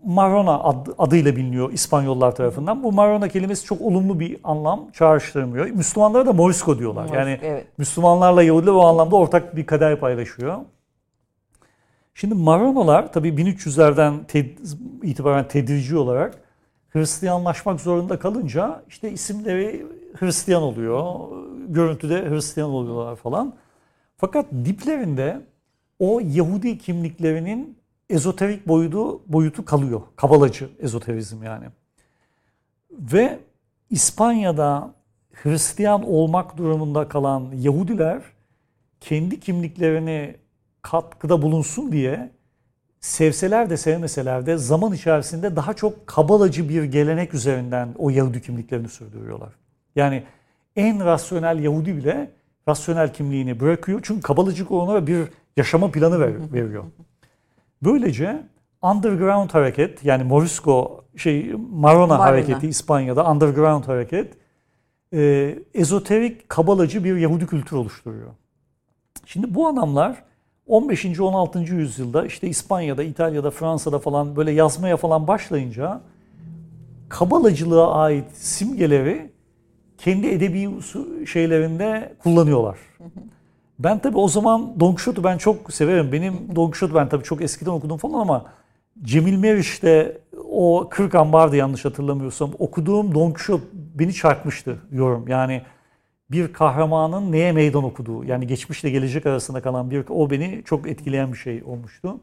Marona adıyla biliniyor İspanyollar tarafından. Bu Marona kelimesi çok olumlu bir anlam çağrıştırmıyor. Müslümanlara da Morisco diyorlar. Yani evet. Müslümanlarla Yahudiler o anlamda ortak bir kader paylaşıyor. Şimdi Maronalar tabii 1300'lerden itibaren tedrici olarak Hristiyanlaşmak zorunda kalınca işte isimleri Hristiyan oluyor. Görüntüde Hristiyan oluyorlar falan. Fakat diplerinde o Yahudi kimliklerinin ezoterik boyutu kalıyor. Kabalacı ezoterizm yani. Ve İspanya'da Hristiyan olmak durumunda kalan Yahudiler kendi kimliklerini katkıda bulunsun diye sevseler de sevmeseler de zaman içerisinde daha çok kabalacı bir gelenek üzerinden o Yahudi kimliklerini sürdürüyorlar. Yani en rasyonel Yahudi bile rasyonel kimliğini bırakıyor. Çünkü kabalacılık ona bir yaşama planı veriyor. Böylece underground hareket yani Marona hareketi İspanya'da underground hareket ezoterik kabalacı bir Yahudi kültürü oluşturuyor. Şimdi bu adamlar 15. 16. yüzyılda işte İspanya'da, İtalya'da, Fransa'da falan böyle yazmaya falan başlayınca kabalacılığa ait simgeleri kendi edebi şeylerinde kullanıyorlar. Ben tabii o zaman Don Quixote'u ben çok severim. Benim Don Quixote ben tabii çok eskiden okudum falan ama Cemil Meriç'te o Kırk Ambar'dı yanlış hatırlamıyorsam okuduğum Don Quixote beni çarpmıştı diyorum. Yani bir kahramanın neye meydan okuduğu yani geçmişle gelecek arasında kalan o beni çok etkileyen bir şey olmuştu.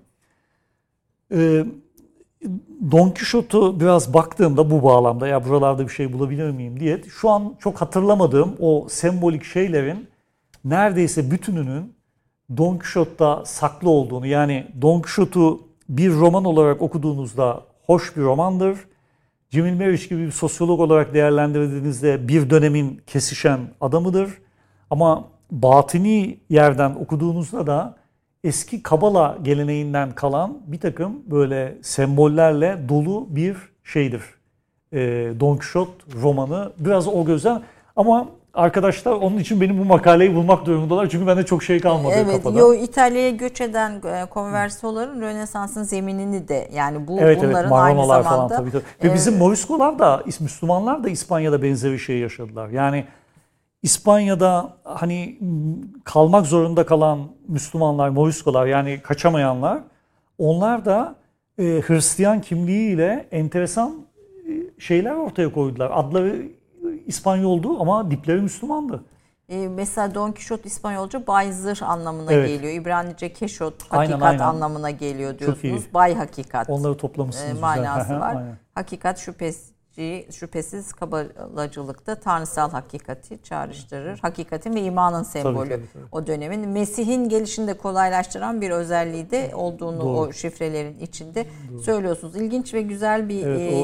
Don Quixote'u biraz baktığımda bu bağlamda ya buralarda bir şey bulabilir miyim diye şu an çok hatırlamadığım o sembolik şeylerin neredeyse bütününün Don Quixote'da saklı olduğunu yani Don Quixote'u bir roman olarak okuduğunuzda hoş bir romandır. Cemil Meriç gibi bir sosyolog olarak değerlendirdiğinizde bir dönemin kesişen adamıdır. Ama batini yerden okuduğunuzda da eski Kabala geleneğinden kalan bir takım böyle sembollerle dolu bir şeydir. Don Quixote romanı biraz o gözden ama arkadaşlar onun için benim bu makaleyi bulmak durumundalar. Çünkü bende çok şey kalmadı kafada. İtalya'ya göç eden konversiyoların Rönesans'ın zeminini de yani bunların aynı zamanda falan, tabii. Ve bizim Morisco'lar da Müslümanlar da İspanya'da benzeri şey yaşadılar. Yani İspanya'da hani kalmak zorunda kalan Müslümanlar, Morisco'lar yani kaçamayanlar onlar da Hristiyan kimliğiyle enteresan şeyler ortaya koydular. Adları İspanyoldu ama dipleri Müslümandı. Mesela Don Quixote İspanyolca bay zırh anlamına geliyor. İbranice keşot hakikat anlamına geliyor diyorsunuz. Bay hakikat. Onları toplamışsınız. Manası var. Hakikat şüphesiz kabalacılıkta tanrısal hakikati çağrıştırır. Hakikatin ve imanın sembolü tabii. O dönemin. Mesih'in gelişini de kolaylaştıran bir özelliği de olduğunu doğru. O şifrelerin içinde doğru. Söylüyorsunuz. İlginç ve güzel bir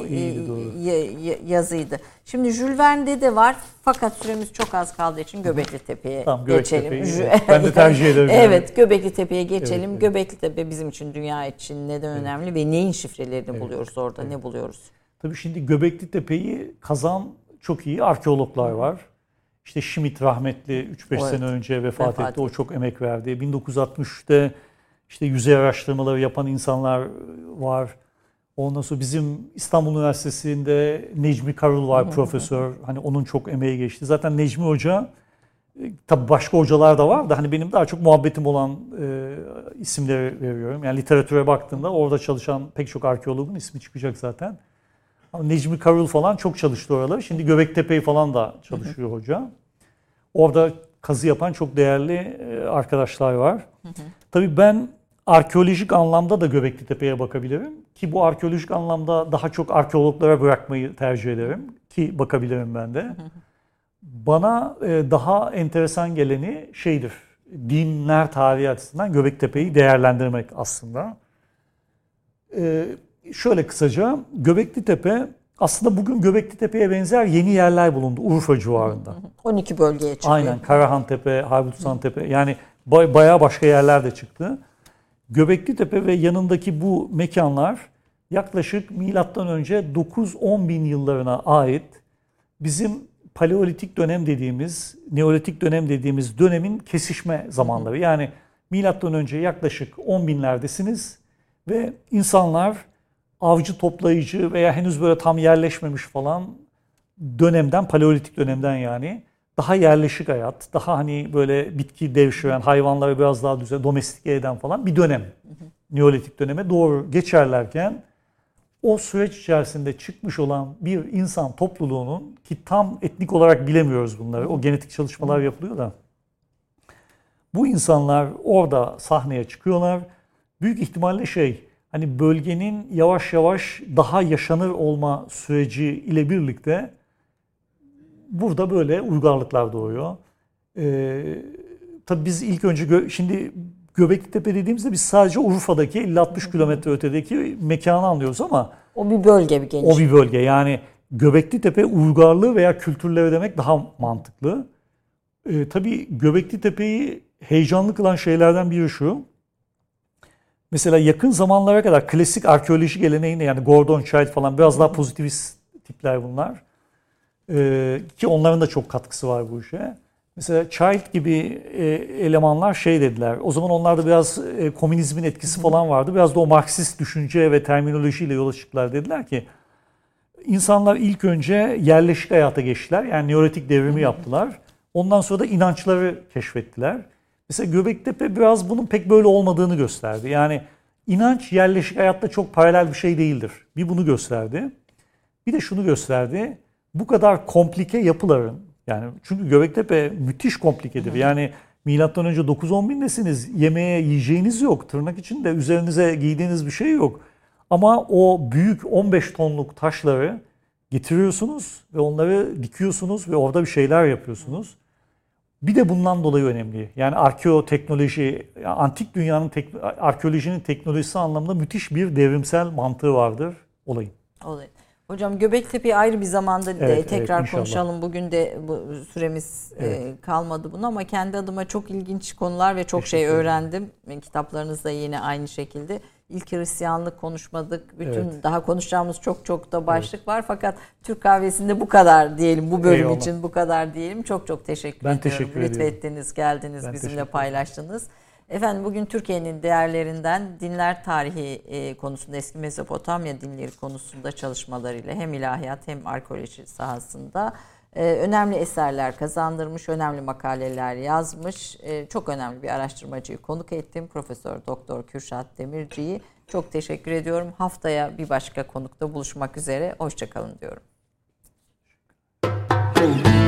yazıydı. Şimdi Jules Verne'de de var. Fakat süremiz çok az kaldığı için Göbekli Tepe'ye geçelim. Ben de tercih ederim. Evet, Göbekli Tepe'ye geçelim. Evet. Göbekli Tepe bizim için, dünya için neden önemli ve neyin şifrelerini buluyoruz orada, ne buluyoruz? Tabii şimdi Göbekli Tepe'yi kazan çok iyi arkeologlar var. İşte Schmidt rahmetli 3-5 sene önce vefat etti. O çok emek verdi. 1963'te işte yüzey araştırmaları yapan insanlar var. Ondan sonra bizim İstanbul Üniversitesi'nde Necmi Karul var profesör. Hani onun çok emeği geçti. Zaten Necmi Hoca tabii başka hocalar da var da hani benim daha çok muhabbetim olan isimleri veriyorum. Yani literatüre baktığımda orada çalışan pek çok arkeologun ismi çıkacak zaten. Necmi Karul falan çok çalıştı oraları. Şimdi Göbektepe'yi falan da çalışıyor hoca. Orada kazı yapan çok değerli arkadaşlar var. Tabii ben arkeolojik anlamda da Göbekli Tepe'ye bakabilirim. Ki bu arkeolojik anlamda daha çok arkeologlara bırakmayı tercih ederim. Ki bakabilirim ben de. Bana daha enteresan geleni şeydir. Dinler tarihi açısından Göbektepe'yi değerlendirmek aslında. Şöyle kısaca Göbekli Tepe aslında bugün Göbekli Tepe'ye benzer yeni yerler bulundu Urfa civarında. 12 bölgeye çıktı. Aynen Karahantepe, Harputsantepe yani bayağı başka yerler de çıktı. Göbekli Tepe ve yanındaki bu mekanlar yaklaşık milattan önce 9-10 bin yıllarına ait bizim Paleolitik dönem dediğimiz, Neolitik dönem dediğimiz dönemin kesişme zamanları. Yani milattan önce yaklaşık 10 binlerdesiniz ve insanlar avcı toplayıcı veya henüz böyle tam yerleşmemiş falan dönemden, paleolitik dönemden yani daha yerleşik hayat, daha hani böyle bitki devşiren, hayvanları biraz daha domestike eden falan bir dönem. Neolitik döneme doğru geçerlerken o süreç içerisinde çıkmış olan bir insan topluluğunun, ki tam etnik olarak bilemiyoruz bunları, o genetik çalışmalar yapılıyor da, bu insanlar orada sahneye çıkıyorlar. Büyük ihtimalle hani bölgenin yavaş yavaş daha yaşanır olma süreci ile birlikte burada böyle uygarlıklar doğuyor. Tabii biz ilk önce şimdi Göbeklitepe dediğimizde biz sadece Urfa'daki 50-60 kilometre ötedeki mekanı anlıyoruz ama o bir bölge, bir geniş. O bir bölge. Yani Göbeklitepe uygarlığı veya kültürleri demek daha mantıklı. Tabii Göbeklitepe'yi heyecanlı kılan şeylerden biri şu. Mesela yakın zamanlara kadar klasik arkeoloji geleneğinde, yani Gordon Childe falan biraz daha pozitivist tipler bunlar. Ki onların da çok katkısı var bu işe. Mesela Childe gibi elemanlar dediler. O zaman onlarda biraz komünizmin etkisi falan vardı. Biraz da o Marksist düşünce ve terminolojiyle yola çıktılar. Dediler ki insanlar ilk önce yerleşik hayata geçtiler. Yani Neolitik devrimi yaptılar. Ondan sonra da inançları keşfettiler. Mesela Göbektepe biraz bunun pek böyle olmadığını gösterdi. Yani inanç yerleşik hayatta çok paralel bir şey değildir. Bir bunu gösterdi. Bir de şunu gösterdi. Bu kadar komplike yapıların, yani çünkü Göbektepe müthiş komplikedir. Yani milattan önce 9-10 bindesiniz. Yemeğe yiyeceğiniz yok. Tırnak içinde üzerinize giydiğiniz bir şey yok. Ama o büyük 15 tonluk taşları getiriyorsunuz ve onları dikiyorsunuz ve orada bir şeyler yapıyorsunuz. Bir de bundan dolayı önemli. Yani arkeoteknoloji, antik dünyanın arkeolojinin teknolojisi anlamında müthiş bir devrimsel mantığı vardır olayın. Hocam Göbektepe'yi ayrı bir zamanda tekrar konuşalım. Bugün de bu süremiz kalmadı buna, ama kendi adıma çok ilginç konular ve çok şey öğrendim. Kitaplarınızda yine aynı şekilde. İlk Hristiyanlık konuşmadık. Bütün daha konuşacağımız çok da başlık var. Fakat Türk kahvesinde bu kadar diyelim. Bu bölüm için bu kadar diyelim. Çok teşekkür ediyorum. Teşekkür ediyorum. Lütfettiniz, geldiniz, bizimle paylaştınız. Efendim, bugün Türkiye'nin değerlerinden dinler tarihi konusunda, eski Mezopotamya dinleri konusunda çalışmalarıyla hem ilahiyat hem arkeoloji sahasında önemli eserler kazandırmış, önemli makaleler yazmış, çok önemli bir araştırmacıyı konuk ettim. Profesör Doktor Kürşat Demirci'yi çok teşekkür ediyorum. Haftaya bir başka konukta buluşmak üzere. Hoşça kalın diyorum.